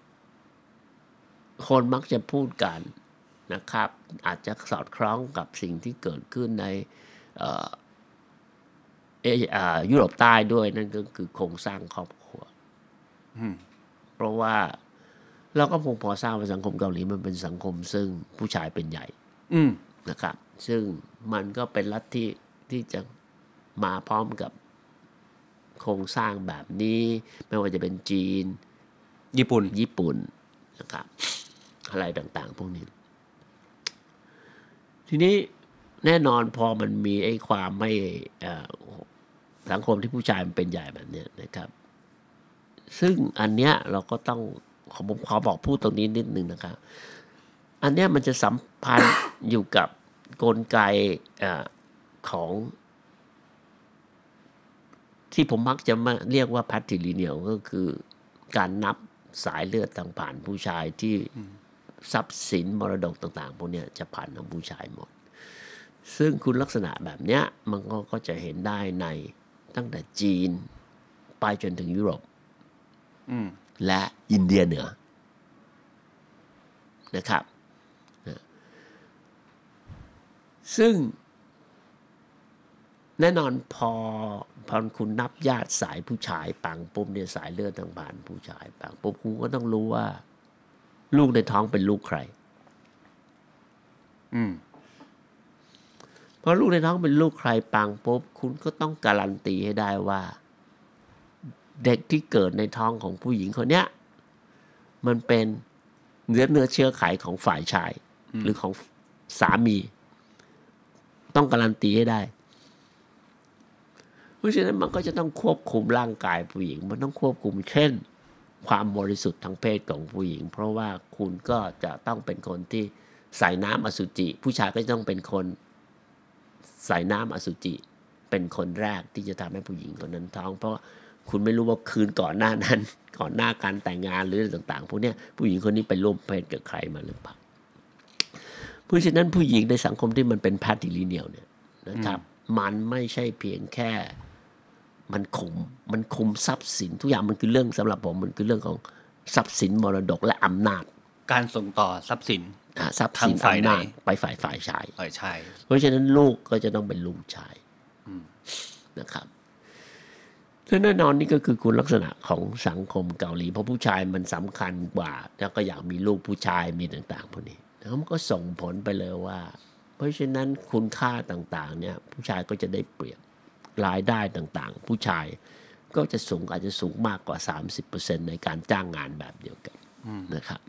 Speaker 3: คนมักจะพูดกันนะครับอาจจะสอดคล้องกับสิ่งที่เกิดขึ้นในเอ่อเอ่อยุโรปใต้ด้วยนั่นก็คือโครงสร้างครอบครัวเพราะว่าเราก็คงพอทราบว่าสังคมเกาหลีมันเป็นสังคมซึ่งผู้ชายเป็นใหญ่นะครับซึ่งมันก็เป็นลัทธิที่จะมาพร้อมกับโครงสร้างแบบนี้ไม่ว่าจะเป็นจีน
Speaker 2: ญี่ปุ่น
Speaker 3: ญี่ปุ่นนะครับอะไรต่างๆพวกนี้ทีนี้แน่นอนพอมันมีไอ้ความไม่สังคมที่ผู้ชายมันเป็นใหญ่แบบนี้นะครับซึ่งอันเนี้ยเราก็ต้องขอผมขอบอกพูดตรงนี้นิดนึงนะครับอันเนี้ยมันจะสัมพันธ์ อยู่กับกลไกของที่ผมมักจะมาเรียกว่า patrilineal ก็คือการนับสายเลือดทางผ่านผู้ชายที่ทรัพย์สินมรดกต่างๆพวกนี้จะผ่านทางผู้ชายหมดซึ่งคุณลักษณะแบบเนี้ยมันก็จะเห็นได้ในตั้งแต่จีนไปจนถึงยุโรปและอินเดียเหนือนะครับซึ่งแน่นอนพอพอคุณนับญาติสายผู้ชายปังปุ๊บเนี่ยสายเลือดทางผ่านผู้ชายปังปุ๊บคุณก็ต้องรู้ว่าลูกในท้องเป็นลูกใคร
Speaker 2: อืม
Speaker 3: พอลูกในท้องเป็นลูกใครปังปุ๊บคุณก็ต้องการันตีให้ได้ว่าเด็กที่เกิดในท้องของผู้หญิงคนเนี้ยมันเป็นเนื้อเนื้อเชื้อไขของฝ่ายชายหรือของสามีต้องการันตีให้ได้เพราะฉะนั้นมันก็จะต้องควบคุมร่างกายผู้หญิงมันต้องควบคุมเช่นความบริสุทธิ์ทางเพศของผู้หญิงเพราะว่าคุณก็จะต้องเป็นคนที่ใส่น้ำอสุจิผู้ชายก็จะต้องเป็นคนใส่น้ำอสุจิเป็นคนแรกที่จะทำให้ผู้หญิงคนนั้นท้องเพราะคุณไม่รู้ว่าคืนก่อนหน้านั้นก่อนหน้าการแต่งงานหรืออะไรต่างๆพวกนี้ผู้หญิงคนนี้ไปร่วมเพศกับใครมาหรือเปล่าเพราะฉะนั้นผู้หญิงในสังคมที่มันเป็น patrilineal เนี่ยนะครับมันไม่ใช่เพียงแค่มันคุมมันคุมทรัพย์สินทุกอย่างมันคือเรื่องสำหรับผมมันคือเรื่องของทรัพย์สินมรดกและอำนาจ
Speaker 2: การส่งต่อทรัพย์สิน
Speaker 3: ทรัพย์สินอำนาจไปฝ่ายฝ่ายชาย
Speaker 2: ฝ่ายชาย
Speaker 3: เพราะฉะนั้นลูกก็จะต้องเป็นลูกชายนะครับซึ่งแน่นอนนี่ก็คือคุณลักษณะของสังคมเกาหลีเพราะผู้ชายมันสำคัญกว่าแล้วก็อยากมีลูกผู้ชายมีต่างๆพวกนี้แล้วมันก็ส่งผลไปเลยว่าเพราะฉะนั้นคุณค่าต่างๆเนี่ยผู้ชายก็จะได้เปรียบรายได้ต่างๆผู้ชายก็จะสูงอาจจะสูงมากกว่า สามสิบเปอร์เซ็นต์ ในการจ้างงานแบบเดียวกันนะครับ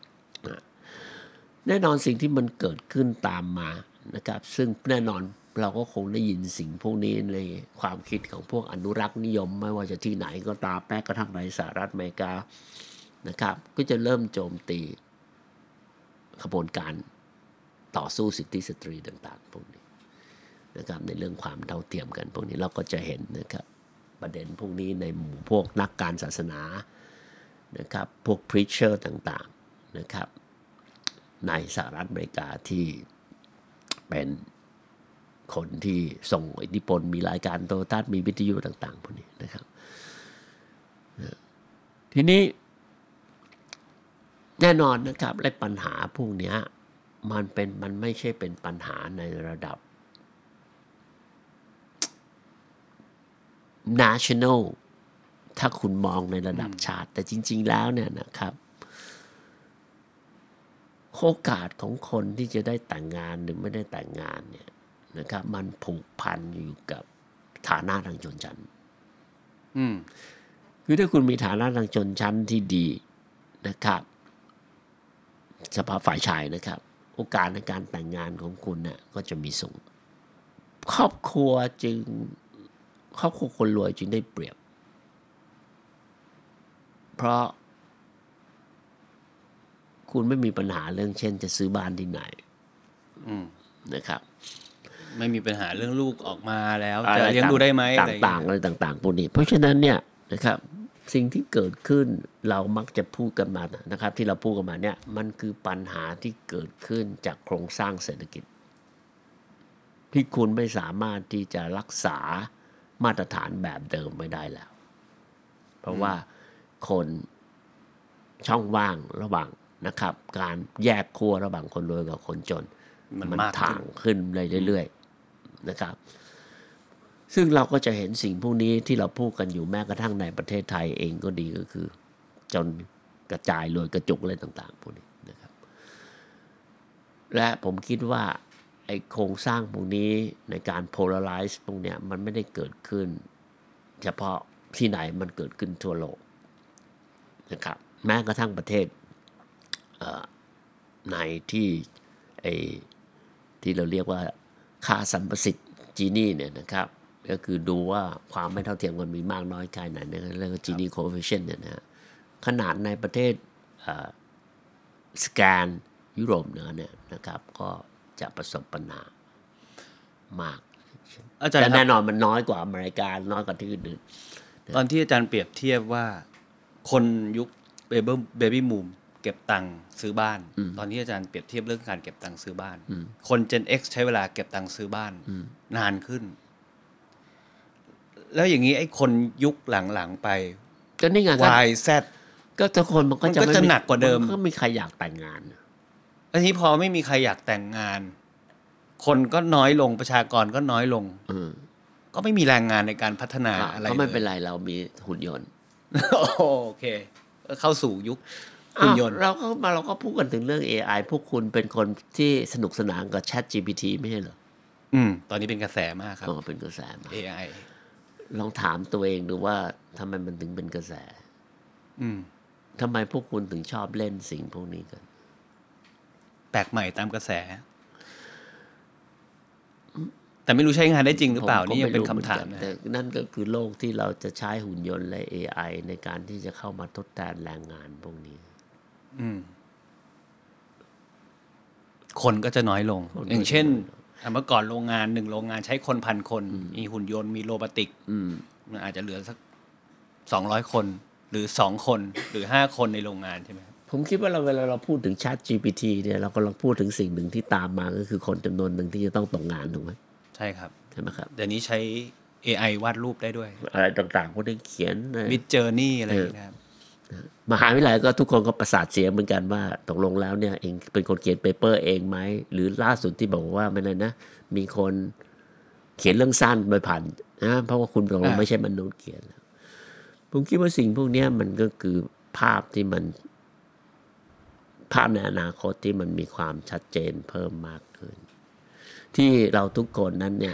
Speaker 3: แน่นอนสิ่งที่มันเกิดขึ้นตามมานะครับซึ่งแน่นอนเราก็คงได้ยินสิ่งพวกนี้ในความคิดของพวกอนุรักษ์นิยมไม่ว่าจะที่ไหนก็ตามแม้กระทั่งในสหรัฐอเมริกานะครับก็จะเริ่มโจมตีขบวนการต่อสู้สิทธิสตรีต่างๆพวกนี้นะครับในเรื่องความเท่าเทียมกันพวกนี้เราก็จะเห็นนะครับประเด็นพวกนี้ในหมู่พวกนักการศาสนานะครับพวก preacher ต่างๆนะครับในสหรัฐอเมริกาที่เป็นคนที่ส่งอิทธิพลมีรายการโทรทัศน์มีวิทยุต่างๆพวกนี้นะครับทีนี้แน่นอนนะครับและปัญหาพวกนี้มันเป็นมันไม่ใช่เป็นปัญหาในระดับ national ถ้าคุณมองในระดับชาติแต่จริงๆแล้วเนี่ยนะครับโอกาสของคนที่จะได้แต่งงานหรือไม่ได้แต่งงานเนี่ยนะครับมันผูกพันอยู่กับฐานะทางชนชั้น
Speaker 2: อืม
Speaker 3: คือถ้าคุณมีฐานะทางชนชั้นที่ดีนะครับเฉพาะฝ่ายชายนะครับโอกาสในการแต่งงานของคุณเนี่ยก็จะมีสูงครอบครัวจึงครอบครัวคนรวยจึงได้เปรียบเพราะคุณไม่มีปัญหาเรื่องเช่นจะซื้อบ้านที่ไหนนะครับ
Speaker 2: ไม่มีปัญหาเรื่องลูกออกมาแล้วจะเลี้ยงดูได้ไหม
Speaker 3: ต่างๆอะไรต่างๆพวกนี้เพราะฉะนั้นเนี่ยนะครับสิ่งที่เกิดขึ้นเรามักจะพูดกันมานะครับที่เราพูดกันมาเนี่ยมันคือปัญหาที่เกิดขึ้นจากโครงสร้างเศรษฐกิจที่คุณไม่สามารถที่จะรักษามาตรฐานแบบเดิมไม่ได้แล้วเพราะว่าคนช่องว่างระหว่างนะครับการแยกขั้วระหว่างคนรวยกับคนจนมันถ่างขึ้นเรื่อยๆนะครับซึ่งเราก็จะเห็นสิ่งพวกนี้ที่เราพูดกันอยู่แม้กระทั่งในประเทศไทยเองก็ดีก็คือจนกระจายรวยกระจุกอะไรต่างๆพวกนี้นะครับและผมคิดว่าไอ้โครงสร้างพวกนี้ในการ polarize พวกเนี้ยมันไม่ได้เกิดขึ้นเฉพาะที่ไหนมันเกิดขึ้นทั่วโลกนะครับแม้กระทั่งประเทศในที่ไอ้ที่เราเรียกว่าค่าสัมประสิทธิ์จีนี่เนี่ยนะครับก็คือดูว่าความไม่เท่าเทียมกันมีมากน้อยแค่ไหนเนี่ยเรียกว่าจีนี่โคเอฟฟิเชียนต์เนี่ยนะขนาดในประเทศสแกนยุโรปเหนือเนี่ยนะครับก็จะประสบปัญหามากแต่แน่นอนมันน้อยกว่าอเมริกาน้อยกว่าที่อื่น
Speaker 2: ตอนที่อาจารย์เปรียบเทียบว่าคนยุคเบบี้เบบี้บูมเก็บตังค์ซื้อบ้านตอนนี้อาจารย์เปรียบเทียบเรื่องการเก็บตังค์ซื้อบ้านคน Gen X ใช้เวลาเก็บตังค์ซื้อบ้านนานขึ้นแล้วอย่างนี้ไอ้คนยุคหลังๆไป
Speaker 3: ก็นี่ไง
Speaker 2: Y Z
Speaker 3: ก็ทุกคนมันก็จะ
Speaker 2: จะหนักกว่าเดิม
Speaker 3: ก็มีใครอยากแต่งงาน
Speaker 2: อันนี้พอไม่มีใครอยากแต่งงานคนก็น้อยลงประชากรก็น้อยลงก็ไม่มีแรงงานในการพัฒนาอะไร
Speaker 3: ก็ไม่เป็นไรเรามีหุ่นยนต์
Speaker 2: โอเคเข้าสู่ยุคหุ่นยนต์
Speaker 3: เราก็มาเราก็พูดกันถึงเรื่อง เอ ไอ พวกคุณเป็นคนที่สนุกสนานกับ Chat จี พี ที ไม่ใช่เหรอ
Speaker 2: อืมตอนนี้เป็นกระแสมากครับ
Speaker 3: อ๋อเป็นกระแสมาก
Speaker 2: เอ ไอ
Speaker 3: ลองถามตัวเองดูว่าทำไมมันถึงเป็นกระแส
Speaker 2: อืม
Speaker 3: ทำไมพวกคุณถึงชอบเล่นสิ่งพวกนี้กัน
Speaker 2: แปลกใหม่ตามกระแสแต่ไม่รู้ใช้งานได้จริงหรือเปล่านี่ยังเป็นคำถามนะ
Speaker 3: แต่นั่นก็คือโลกที่เราจะใช้หุ่นยนต์และ เอ ไอ ในการที่จะเข้ามาทดแทนแรงงานพวกนี้
Speaker 2: อืมคนก็จะน้อยลงอย่างเช่นเมื่อก่อนโรงงานหนึ่งโรงงานใช้คนพันคนมีหุ่นยนต์มีโรบอติกมันอาจจะเหลือสักสองร้อยคนหรือสองคนหรือห้าคนในโรงงานใช่ไหม
Speaker 3: ผมคิดว่าเราเวลาเราพูดถึง Chat จี พี ที เนี่ยเรากำลังพูดถึงสิ่งหนึ่งที่ตามมาก็คือคนจำนวนหนึ่งที่จะต้องตกงานถูกไหม
Speaker 2: ใช่ครับ
Speaker 3: ใช่ไหมครับ
Speaker 2: เดี๋ยวนี้ใช้ เอ ไอ วาดรูปได้ด้วย
Speaker 3: อะไรต่างๆพวกนี้เขียน
Speaker 2: มิดเจอร์นี่อะไรนะครับ
Speaker 3: มหาวิทยาลัยก็ทุกคนก็ประสาทเสียเหมือนกันว่าตกลงแล้วเนี่ยเองเป็นคนเขียนเปเปอร์เองไหมหรือล่าสุดที่บอกว่าไม่เลยนะมีคนเขียนเรื่องสั้นไปผ่านนะเพราะว่าคุณตกลงไม่ใช่มนุษย์เขียนแล้วผมคิดว่าสิ่งพวกนี้มันก็คือภาพที่มันภาพในอนาคตที่มันมีความชัดเจนเพิ่มมากขึ้นที่เราทุกคนนั้นเนี่ย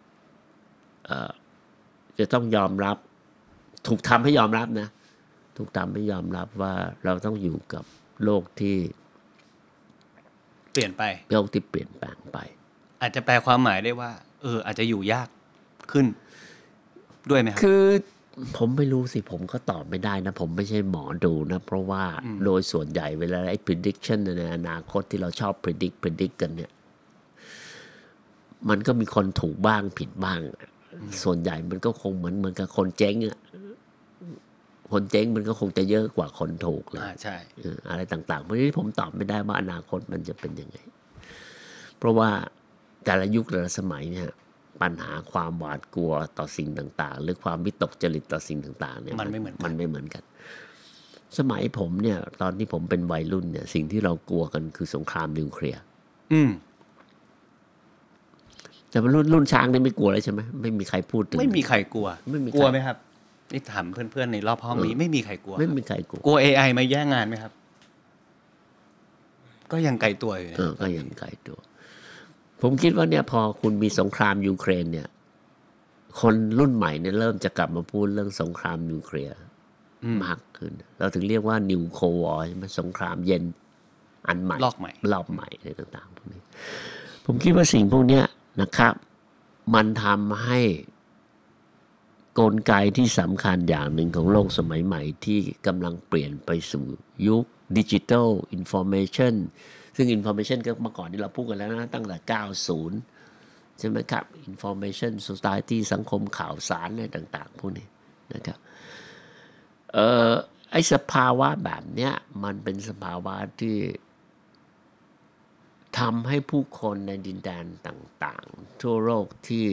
Speaker 3: จะต้องยอมรับถูกทำให้ยอมรับนะถูกทำให้ยอมรับว่าเราต้องอยู่กับโลกที่
Speaker 2: เปลี่ยนไป
Speaker 3: โลกที่เปลี่ยนแปลงไป
Speaker 2: อาจจะแปลความหมายได้ว่าเอออาจจะอยู่ยากขึ้นด้วยไหมครับ
Speaker 3: คือผมไม่รู้สิผมก็ตอบไม่ได้นะผมไม่ใช่หมอดูนะเพราะว่าโดยส่วนใหญ่เวลาไอ้ prediction ในอนาคตที่เราชอบ predict predict กันเนี่ยมันก็มีคนถูกบ้างผิดบ้างส่วนใหญ่มันก็คงเหมือนเหมือนกับคนเจ๊งอ่ะคนเจ๊งมันก็คงจะเยอะกว่าคนถูกเลย
Speaker 2: อ่าใช่
Speaker 3: อะไรต่างๆเพราะนี้ผมตอบไม่ได้ว่าอนาคตมันจะเป็นยังไงเพราะว่าแต่ละยุคแต่ละสมัยเนี่ยปัญหาความหวาดกลัวต่อสิ่งต่างๆหรือความวิตกจริตต่อสิ่งต่างๆเนี่ย
Speaker 2: มันไม่เหมือนกัน
Speaker 3: มันไม่เหมือนกันสมัยผมเนี่ยตอนที่ผมเป็นวัยรุ่นเนี่ยสิ่งที่เรากลัวกันคือสงครามนิวเคลียร์
Speaker 2: อืม
Speaker 3: แต่รุ่นรุ่นช้างนี่ไม่กลัวเลยใช่ไหมไม่มีใครพูดถึง
Speaker 2: ไม่มีใครกลัว
Speaker 3: ไม่มี
Speaker 2: กลัวไหมครับนี่ถามเพื่อนๆในรอบห้องนี้ไม่มีใครกลัว
Speaker 3: ไม่มีใครกลัว
Speaker 2: กลัว เอ ไอ มาแย่งงานไหมครับก็ยังไกลตัวอยู่
Speaker 3: เออก็ยังไกลตัวผมคิดว่าเนี่ยพอคุณมีสงครามยูเครนเนี่ยคนรุ่นใหม่เนี่ยเริ่มจะกลับมาพูดเรื่องสงครามนิวเคลียร์มากขึ้นเราถึงเรียกว่านิวโควอร์ใช่ไหมสงครามเย็นอันใหม่
Speaker 2: รอบใหม่
Speaker 3: รอบใหม่อะไรต่างๆพวกนี้ผมคิดว่าสิ่งพวกนี้นะครับมันทำให้กลไกที่สำคัญอย่างหนึ่งของโลกสมัยใหม่ที่กำลังเปลี่ยนไปสู่ยุคดิจิทัลอินฟอร์เมชันซึ่งอินฟอร์เมชันก็เมื่อก่อนที่เราพูดกันแล้วนะตั้งแต่เก้าสิบใช่ไหมครับ Information Society สังคมข่าวสารอะไรต่างๆพวกนี้นะครับเอ่อไอ้สภาวะแบบเนี้ยมันเป็นสภาวะที่ทำให้ผู้คนในดินแดนต่างๆทั่วโลกที่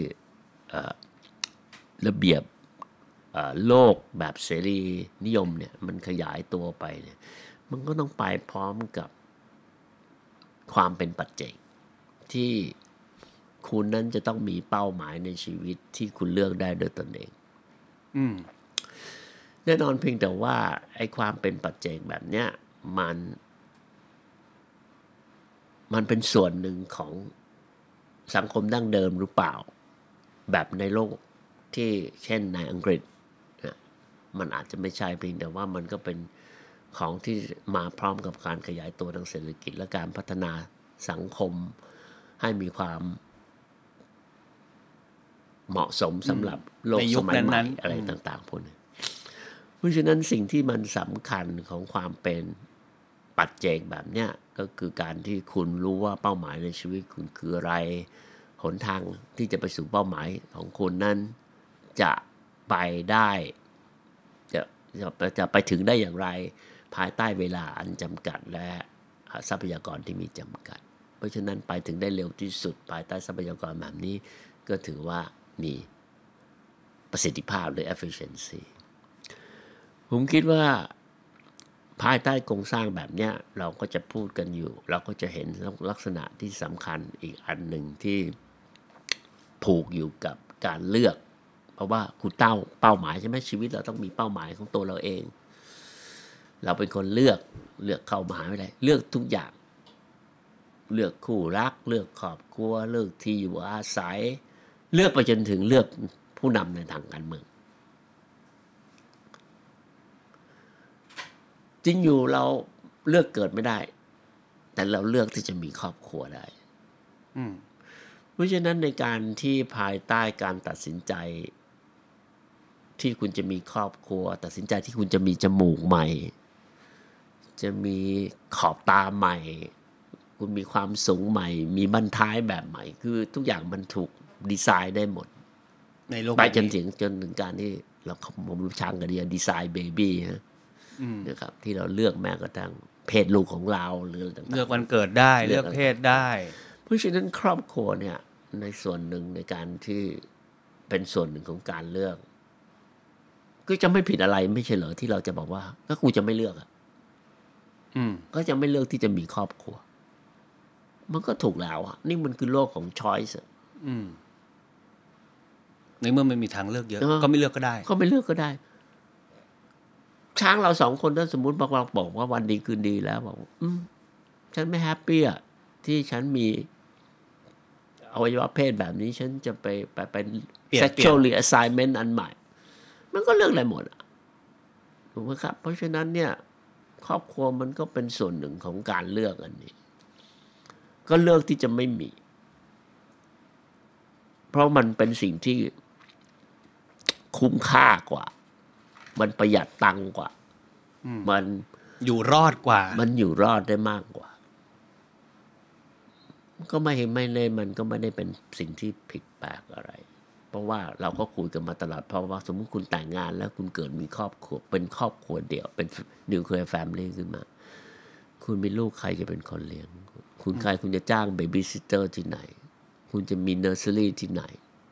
Speaker 3: ระเบียบโลกแบบเสรีนิยมเนี่ยมันขยายตัวไปเนี่ยมันก็ต้องไปพร้อมกับความเป็นปัจเจกที่คุณนั้นจะต้องมีเป้าหมายในชีวิตที่คุณเลือกได้โดยตนเอง
Speaker 2: อืม
Speaker 3: แน่นอนเพียงแต่ว่าไอ้ความเป็นปัจเจกแบบเนี้ยมันมันเป็นส่วนหนึ่งของสังคมดั้งเดิมหรือเปล่าแบบในโลกที่เช่นในอังกฤษนะมันอาจจะไม่ใช่เพียงแต่ว่ามันก็เป็นของที่มาพร้อมกับการขยายตัวทางเศรษฐกิจและการพัฒนาสังคมให้มีความเหมาะสมสำหรับโลกสมัยใหม่อะไรต่างๆพวกนี้เพราะฉะนั้นสิ่งที่มันสำคัญของความเป็นปัจเจกแบบเนี้ยก็คือการที่คุณรู้ว่าเป้าหมายในชีวิตคุณคืออะไรหนทางที่จะไปสู่เป้าหมายของคุณนั้นจะไปได้จะจะจะไปถึงได้อย่างไรภายใต้เวลาอันจำกัดและทรัพยากรที่มีจำกัดเพราะฉะนั้นไปถึงได้เร็วที่สุดภายใต้ทรัพยากรแบบนี้ก็ถือว่ามีประสิทธิภาพหรือ efficiency ผมคิดว่าภายใต้โครงสร้างแบบนี้เราก็จะพูดกันอยู่เราก็จะเห็นลักษณะที่สำคัญอีกอันหนึ่งที่ผูกอยู่กับการเลือกเพราะว่าคุณเต้าเป้าหมายใช่ไหมชีวิตเราต้องมีเป้าหมายของตัวเราเองเราเป็นคนเลือกเลือกเข้ามหาวิทยาลัยเลือกทุกอย่างเลือกคู่รักเลือกครอบครัวเลือกที่อยู่อาศัยเลือกไปจนถึงเลือกผู้นำในทางการเมืองจริงอยู่เราเลือกเกิดไม่ได้แต่เราเลือกที่จะมีครอบครัวได้เพราะฉะนั้นในการที่ภายใต้การตัดสินใจที่คุณจะมีครอบครัวตัดสินใจที่คุณจะมีจมูกใหม่จะมีขอบตาใหม่คุณมีความสูงใหม่มีบั้นท้ายแบบใหม่คือทุกอย่างมันถูกดีไซน์ได้หมด
Speaker 2: ในโลก
Speaker 3: ไปจนถึงจนถึงการที่เราผมรู้ช่างกันดีดีไซน์เบบี้ฮะนะครับที่เราเลือกแม้กระทั่งเพศลูกของเราหรือต่างๆ
Speaker 2: เลือกวันเกิดได้เลือกเพศได้
Speaker 3: เพราะฉะนั้นครอบครัวเนี่ยในส่วนหนึ่งในการที่เป็นส่วนหนึ่งของการเลือกก็จะไม่ผิดอะไรไม่ใช่เหรอที่เราจะบอกว่าก็กูจะไม่เลือกอ่ะก็จะไม่เลือกที่จะมีครอบครัวมันก็ถูกแล้วอ่ะนี่มันคือโลกของ choice
Speaker 2: อืมในเมื่อมันมีทางเลือกเยอะก็ไม่เลือกก็ได้
Speaker 3: ก็ไม่เลือกก็ได้ช้างเราสองคนถ้าสมมุติบอกเราบอกว่าวันดีคืนดีแล้วบอกอืมฉันไม่แฮปปี้อ่ะที่ฉันมีอวัยวะเพศแบบนี้ฉันจะไปไปเป็น sexual reassignment อันใหม่มันก็เลือกอะไรหมดอ่ะถูกไหมครับเพราะฉะนั้นเนี่ยครอบครัวมันก็เป็นส่วนหนึ่งของการเลือกอันนี้ก็เลือกที่จะไม่มีเพราะมันเป็นสิ่งที่คุ้มค่ากว่ามันประหยัดตังค์กว่ามัน
Speaker 2: อยู่รอดกว่า
Speaker 3: มันอยู่รอดได้มากกว่าก็ไม่ไม่ได้มันก็ไม่ได้เป็นสิ่งที่ผิดแปลกอะไรเพราะว่าเราก็คุยกันมาตลอดเพราะว่าสมมุติคุณแต่งงานแล้วคุณเกิดมีครอบครัวเป็นครอบครัวเดี่ยวเป็นนิวเคลียร์แฟมิลี่ขึ้นมาคุณมีลูกใครจะเป็นคนเลี้ยงคุณใครคุณจะจ้างเบบี้ซิตเตอร์ที่ไหนคุณจะมีเนอร์เซอรี่ที่ไหน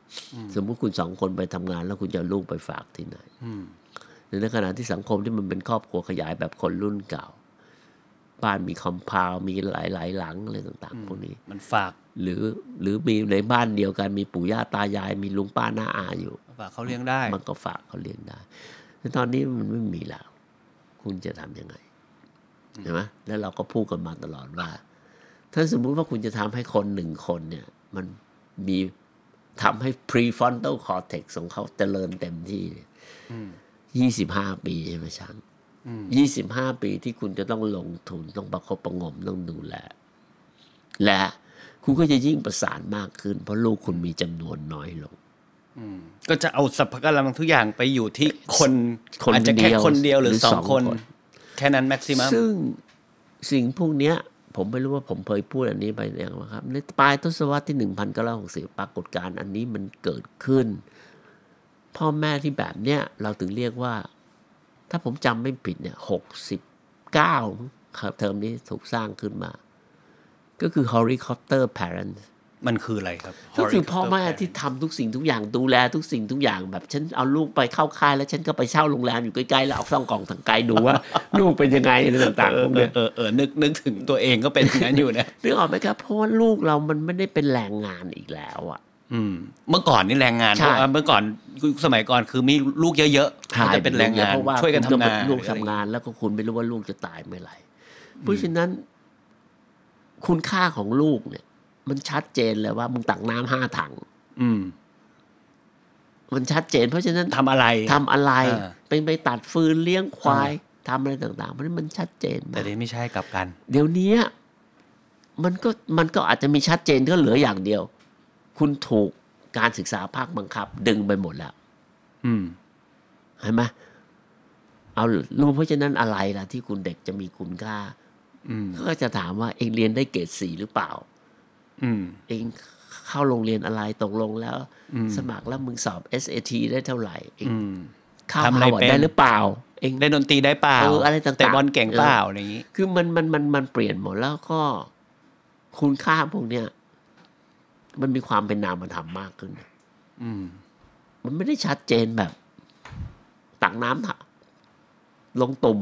Speaker 3: สมมุติคุณสองคนไปทำงานแล้วคุณจะเอาลูกไปฝากที่ไหนในขณะที่สังคมที่มันเป็นครอบครัวขยายแบบคนรุ่นเก่าบ้านมีคอมเพลด์มีหลายๆหลังอะไรต่างๆพวกนี้
Speaker 2: มันฝาก
Speaker 3: หรือหรือมีในบ้านเดียวกันมีปู่ย่าตายายมีลุงป้าน้าอาอยู่
Speaker 2: ฝากเขาเลี้ยงได้
Speaker 3: มันก็ฝากเขาเลี้ยงได้แต่ตอนนี้มันไม่มีแล้วคุณจะทำยังไงใช่ไหมแล้วเราก็พูดกันมาตลอดว่าถ้าสมมุติว่าคุณจะทำให้คนหนึ่งคนเนี่ยมันมีทำให้ prefrontal cortex ของเขาเจริญเต็มที่ยี่สิบห้าปีใช่ไหมช้างยี่สิบห้าปีที่คุณจะต้องลงทุนต้องประคบประงมต้องดูแลและคุณก็จะยิ่งประสานมากขึ้นเพราะลูกคุณมีจำนวนน้อยลง
Speaker 2: ก็จะเอาสรรพกำลังทุกอย่างไปอยู่ที่คนอาจจะแค่คนเดียวหรือสองคนแค่นั้นแม็กซิมัม
Speaker 3: ซึ่งสิ่งพวกนี้ผมไม่รู้ว่าผมเคยพูดอันนี้ไปยังไงครับในปลายทศวรรษที่หนึ่งพันเก้าร้อยหกสิบปรากฏการณ์อันนี้มันเกิดขึ้นพ่อแม่ที่แบบเนี้ยเราถึงเรียกว่าถ้าผมจำไม่ผิดเนี่ยหกสิบเก้าครับเทอมนี้ถูกสร้างขึ้นมาก็คือ helicopter parents
Speaker 2: มันคืออะไรครับ
Speaker 3: ก็คือพ่อแม่ที่ทำทุกสิ่งทุกอย่างดูแลทุกสิ่งทุกอย่างแบบฉันเอาลูกไปเข้าค่ายแล้วฉันก็ไปเช่าโรงแรมอยู่ใกล้ๆแล้วเอาส่องกล่องทางไกลดูว่าลูกเป็นยังไงอะไรต่างๆพวกนี้
Speaker 2: เออเออนึกนึกถึงตัวเองก็เป็นอย่างนั้นอยู่นะ
Speaker 3: นึกออกไหมครับเพราะว่าลูกเรามันไม่ได้เป็นแรงงานอีกแล้วอ่ะ
Speaker 2: อืมเมื่อก่อนนี่แรงงานเมื่อก่อนสมัยก่อนคือมีลูกเยอะๆจะเป็นแรงงานช่วยกันทำงาน
Speaker 3: ลูกทำงานแล้วก็คุณไม่รู้ว่าลูกจะตายเมื่อไหร่เพราะฉะนั้นคุณค่าของลูกเนี่ยมันชัดเจนเลยว่ามึงตักน้ำห้าถัง
Speaker 2: อืม
Speaker 3: มันชัดเจนเพราะฉะนั้น
Speaker 2: ทำอะไร
Speaker 3: ทำอะไรเป็นไปตัดฟืนเลี้ยงควายทำอะไรต่างๆเพราะนั้นมันชัดเจน
Speaker 2: แต่เดี๋ยวไม่ใช่กลับกัน
Speaker 3: เดี๋ยวนี้มันก็มันก็อาจจะมีชัดเจนก็เหลืออย่างเดียวคุณถูกการศึกษาภาคบังคับดึงไปหมดแล้ว
Speaker 2: อืม
Speaker 3: เห็นไหมเอารู้เพราะฉะนั้นอะไรล่ะที่คุณเด็กจะมีคุณค่าก็จะถามว่าเองเรียนได้เกรดสี่หรือเปล่าเองเข้าโรงเรียนอะไรตกลงแล้วสมัครแล้วมึงสอบ เอส เอ ที ได้เท่าไหร่เองเข้าฮาร์วาร์ดได้หรือเปล่า
Speaker 2: เองเล่นดนตรีได้เปล่า
Speaker 3: อะไรต่างๆ
Speaker 2: เตะบอลเก่งเปล่าอย่างนี้
Speaker 3: คือมันมันมันมันเปลี่ยนหมดแล้วก็คุณค่าพวกเนี้ยมันมีความเป็นนามธรรมมากขึ้นมันไม่ได้ชัดเจนแบบตักน้ำลงตุ่ม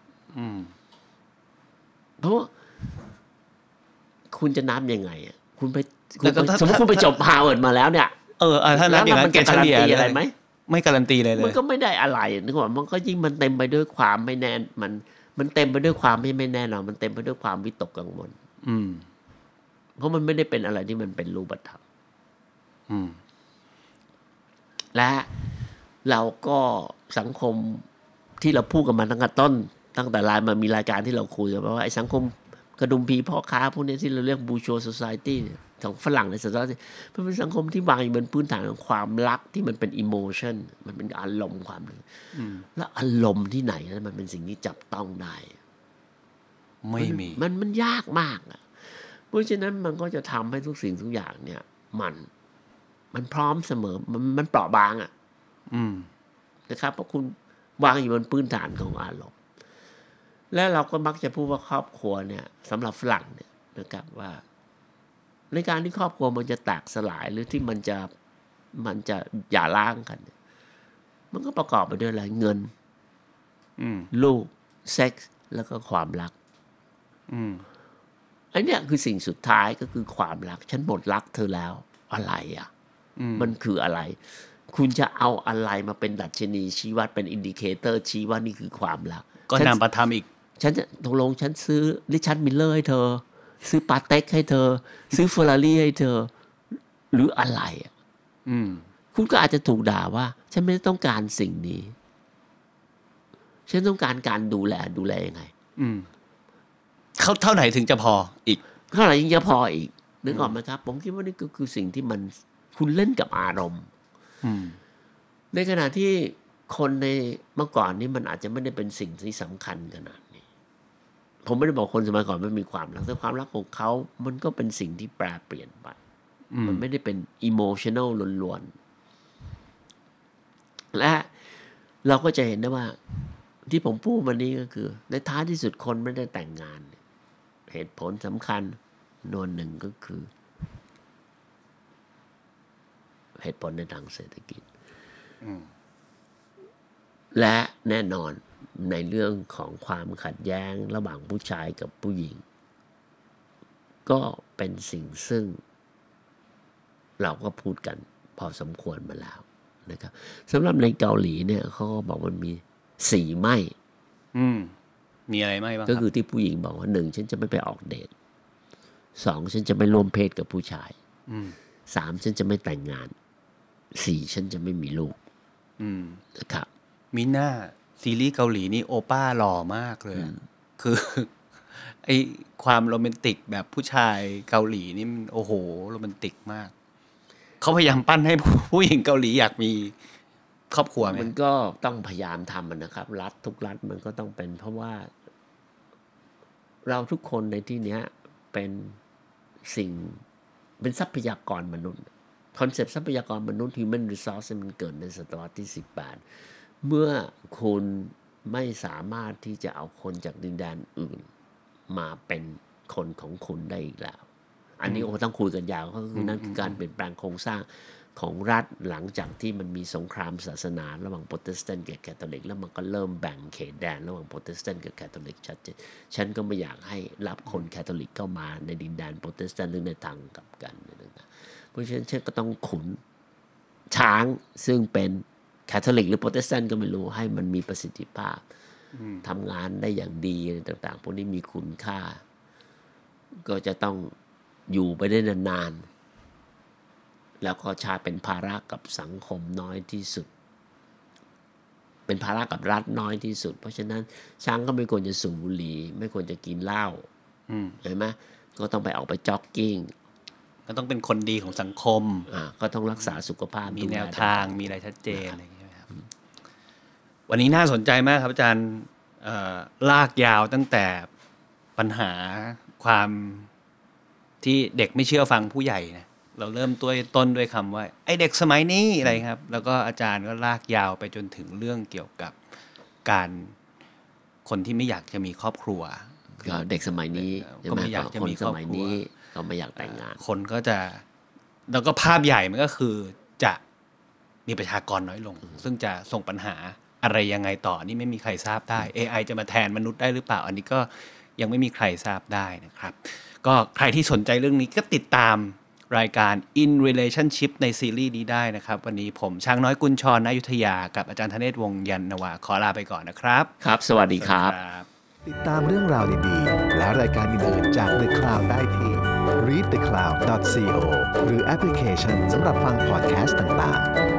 Speaker 3: เพราะคุณจะนับยังไงอ่ะคุณไปสมมติคุณไปจบฮาร์วาร์ดมาแล้วเนี่ย
Speaker 2: เออถ้านับอย่างนั้นเกรดเฉลี่ย
Speaker 3: อะไรไหม
Speaker 2: ไม่การันตีเลยเลย
Speaker 3: มันก็ไม่ได้อะไรนึกว่ามันก็ยิ่งมันเต็มไปด้วยความไม่แน่มันมันเต็มไปด้วยความไม่ไม่แน่นอนมันเต็มไปด้วยความวิตกกังวล
Speaker 2: อืม
Speaker 3: เพราะมันไม่ได้เป็นอะไรที่มันเป็นรูปธรรม
Speaker 2: อืม
Speaker 3: และเราก็สังคมที่เราพูดกันมาตั้งแต่ต้นตั้งแต่รายมามีรายการที่เราคุยกันว่าไอ้สังคมกระดุมพีพ่อค้าพวกนี้ที่เราเรียกบูชัวโซซายตี้ของฝรั่งในสังคมมันเป็นสังคมที่วางอยู่บนพื้นฐานของความรักที่มันเป็นอิโมชันมันเป็นอารมณ์ความนึงแล้วอารมณ์ที่ไหนแล้วมันเป็นสิ่งที่จับต้องได้
Speaker 2: ไม่มี
Speaker 3: มันมันยากมากอ่ะเพราะฉะนั้นมันก็จะทำให้ทุกสิ่งทุกอย่างเนี่ยมันมันพร้อมเสมอมันมันเปราะบางอ่ะนะครับเพราะคุณวางอยู่บนพื้นฐานของอารมณ์และเราก็มักจะพูดว่าครอบครัวเนี่ยสำหรับฝรั่งเนี่ยนะครับว่าในการที่ครอบครัวมันจะแตกสลายหรือที่มันจะมันจะหย่าร้างกันมันก็ประกอบไปด้วยอะไรเงินลูกเซ็กส์แล้วก็ความรักอันเนี้ยคือสิ่งสุดท้ายก็คือความรักฉันหมดรักเธอแล้วอะไรอ่ะมันคืออะไรคุณจะเอาอะไรมาเป็นดัชนีชี้วัดเป็นอินดิเคเตอร์ชี้ว่านี่คือความรัก
Speaker 2: ก็นำมาทำอีก
Speaker 3: ฉันจะตกลงฉันซื้อริชาร์ดมิลเลอร์ให้เธอซื้อปาเต็กให้เธอซื้อเฟอร์รารี่ให้เธอหรืออะไรอ่ะคุณก็อาจจะถูกด่าว่าฉันไม่ต้องการสิ่งนี้ฉันต้องการการดูแลดูแลยังไง
Speaker 2: เขาเท่าไหนถึงจะพออีก
Speaker 3: เท่าไหร่ถึงจะพออีกนึกออกไหมครับผมคิดว่านี่ก็คือสิ่งที่มันคุณเล่นกับอารมณ์ในขณะที่คนในเมื่อก่อนนี้มันอาจจะไม่ได้เป็นสิ่งที่สำคัญขนาดนี้ผมไม่ได้บอกคนสมัยก่อนไม่มีความรักแต่ความรักของเขามันก็เป็นสิ่งที่แปรเปลี่ยนไปมันไม่ได้เป็นอิโมชันแนลล้วนๆและเราก็จะเห็นได้ว่าที่ผมพูดวันนี้ก็คือในท้ายที่สุดคนไม่ได้แต่งงานเหตุผลสำคัญนวนหนึ่งก็คือเหตุผลในทางเศรษฐกิจและแน่นอนในเรื่องของความขัดแย้งระหว่างผู้ชายกับผู้หญิงก็เป็นสิ่งซึ่งเราก็พูดกันพอสมควรมาแล้วนะครับสำหรับในเกาหลีเนี่ยเขาก็บอกมันมีสี่ไม่
Speaker 2: อืมมีอะไรไม่บ้าง
Speaker 3: ก็คือที่ผู้หญิงบอกว่าหนึ่งฉันจะไม่ไปออกเดทสองฉันจะไม่ร่วมเพศกับผู้ชายสามฉันจะไม่แต่งงานสี่ฉันจะไม่มีลูกนะครับ
Speaker 2: มีหน้าซีรีส์เกาหลีนี่โอป้าหล่อมากเลยคือไอความโรแมนติกแบบผู้ชายเกาหลีนี่มันโอ้โหโรแมนติกมากเขาพยายามปั้นให้ผู้หญิงเกาหลีอยากมีครอบครัวไหม
Speaker 3: มันก็ต้องพยายามทำนะครับรัฐทุกรัฐมันก็ต้องเป็นเพราะว่าเราทุกคนในที่นี้เป็นสิ่งเป็นทรัพยากรมนุษย์คอนเซปต์ทรัพยากรมนุษย์ human resource มันเกิดในศตวรรษที่สิบแปดเมื่อคุณไม่สามารถที่จะเอาคนจากดินแดนอื่นมาเป็นคนของคุณได้อีกแล้วอันนี้โอ้ต้องคุยกันยาวก็คือนั่นคือการเปลี่ยนแปลงโครงสร้างของรัฐหลังจากที่มันมีสงครามศาสนาระหว่างโปรเตสแตนต์กับแคทอลิกแล้วมันก็เริ่มแบ่งเขตแดนระหว่างโปรเตสแตนต์กับแคทอลิกชัดเจนฉันก็ไม่อยากให้รับคนแคทอลิกเข้ามาในดินแดนโปรเตสแตนต์หรือในทางกลับกันนะเพราะฉะนั้นฉันก็ต้องขุนช้างซึ่งเป็นแคทอลิกหรือโปรเตสแตนต์ก็ไม่รู้ให้มันมีประสิทธิภาพทำงานได้อย่างดีต่างๆพวกนี้มีคุณค่าก็จะต้องอยู่ไปได้นานๆแล้วก็ชาเป็นภาระกับสังคมน้อยที่สุดเป็นภาระกับรัฐน้อยที่สุดเพราะฉะนั้นช้างก็ไม่ควรจะสูบบุหรี่ไม่ควรจะกินเหล้าเห็นไหมก็ต้องไปออกไปจ็อกกิ้ง
Speaker 2: ก็ต้องเป็นคนดีของสังคม
Speaker 3: อ่าก็ต้องรักษาสุขภาพ
Speaker 2: มีแนวทางมีอะไรชัดเจนอะไรอย่างเงี้ยครับวันนี้น่าสนใจมากครับอาจารย์ลากยาวตั้งแต่ปัญหาความที่เด็กไม่เชื่อฟังผู้ใหญ่นะเราเริ่มต้นต้นด้วยคำว่าไอ้เด็กสมัยนี้อะไรครับแล้วก็อาจารย์ก็ลากยาวไปจนถึงเรื่องเกี่ยวกับการคนที่ไม่อยากจะมีครอบครัว
Speaker 3: เด็กสมัยนี้
Speaker 2: ก็ไม่อยากจะมีครอบครัว
Speaker 3: ก็ไม่อยากแต่งงาน
Speaker 2: คนก็จะแล้วก็ภาพใหญ่มันก็คือจะมีประชากรน้อยลงซึ่งจะส่งปัญหาอะไรยังไงต่อนี่ไม่มีใครทราบได้ เอ ไอ จะมาแทนมนุษย์ได้หรือเปล่าอันนี้ก็ยังไม่มีใครทราบได้นะครับก็ใครที่สนใจเรื่องนี้ก็ติดตามรายการ In Relationship ในซีรีส์นี้ได้นะครับวันนี้ผมช้างน้อยกุญชรณอยุธยากับอาจารย์ธเนศวงศ์ยันนวาขอลาไปก่อนนะครับ
Speaker 3: ครับสวัสดีครับ
Speaker 1: ติดตามเรื่องราวดีๆและรายการอื่นๆจาก The Cloud ได้ที่ รีด เดอะ คลาวด์ ดอท ซี โอ หรือแอปพลิเคชันสำหรับฟังพอดแคสต์ต่างๆ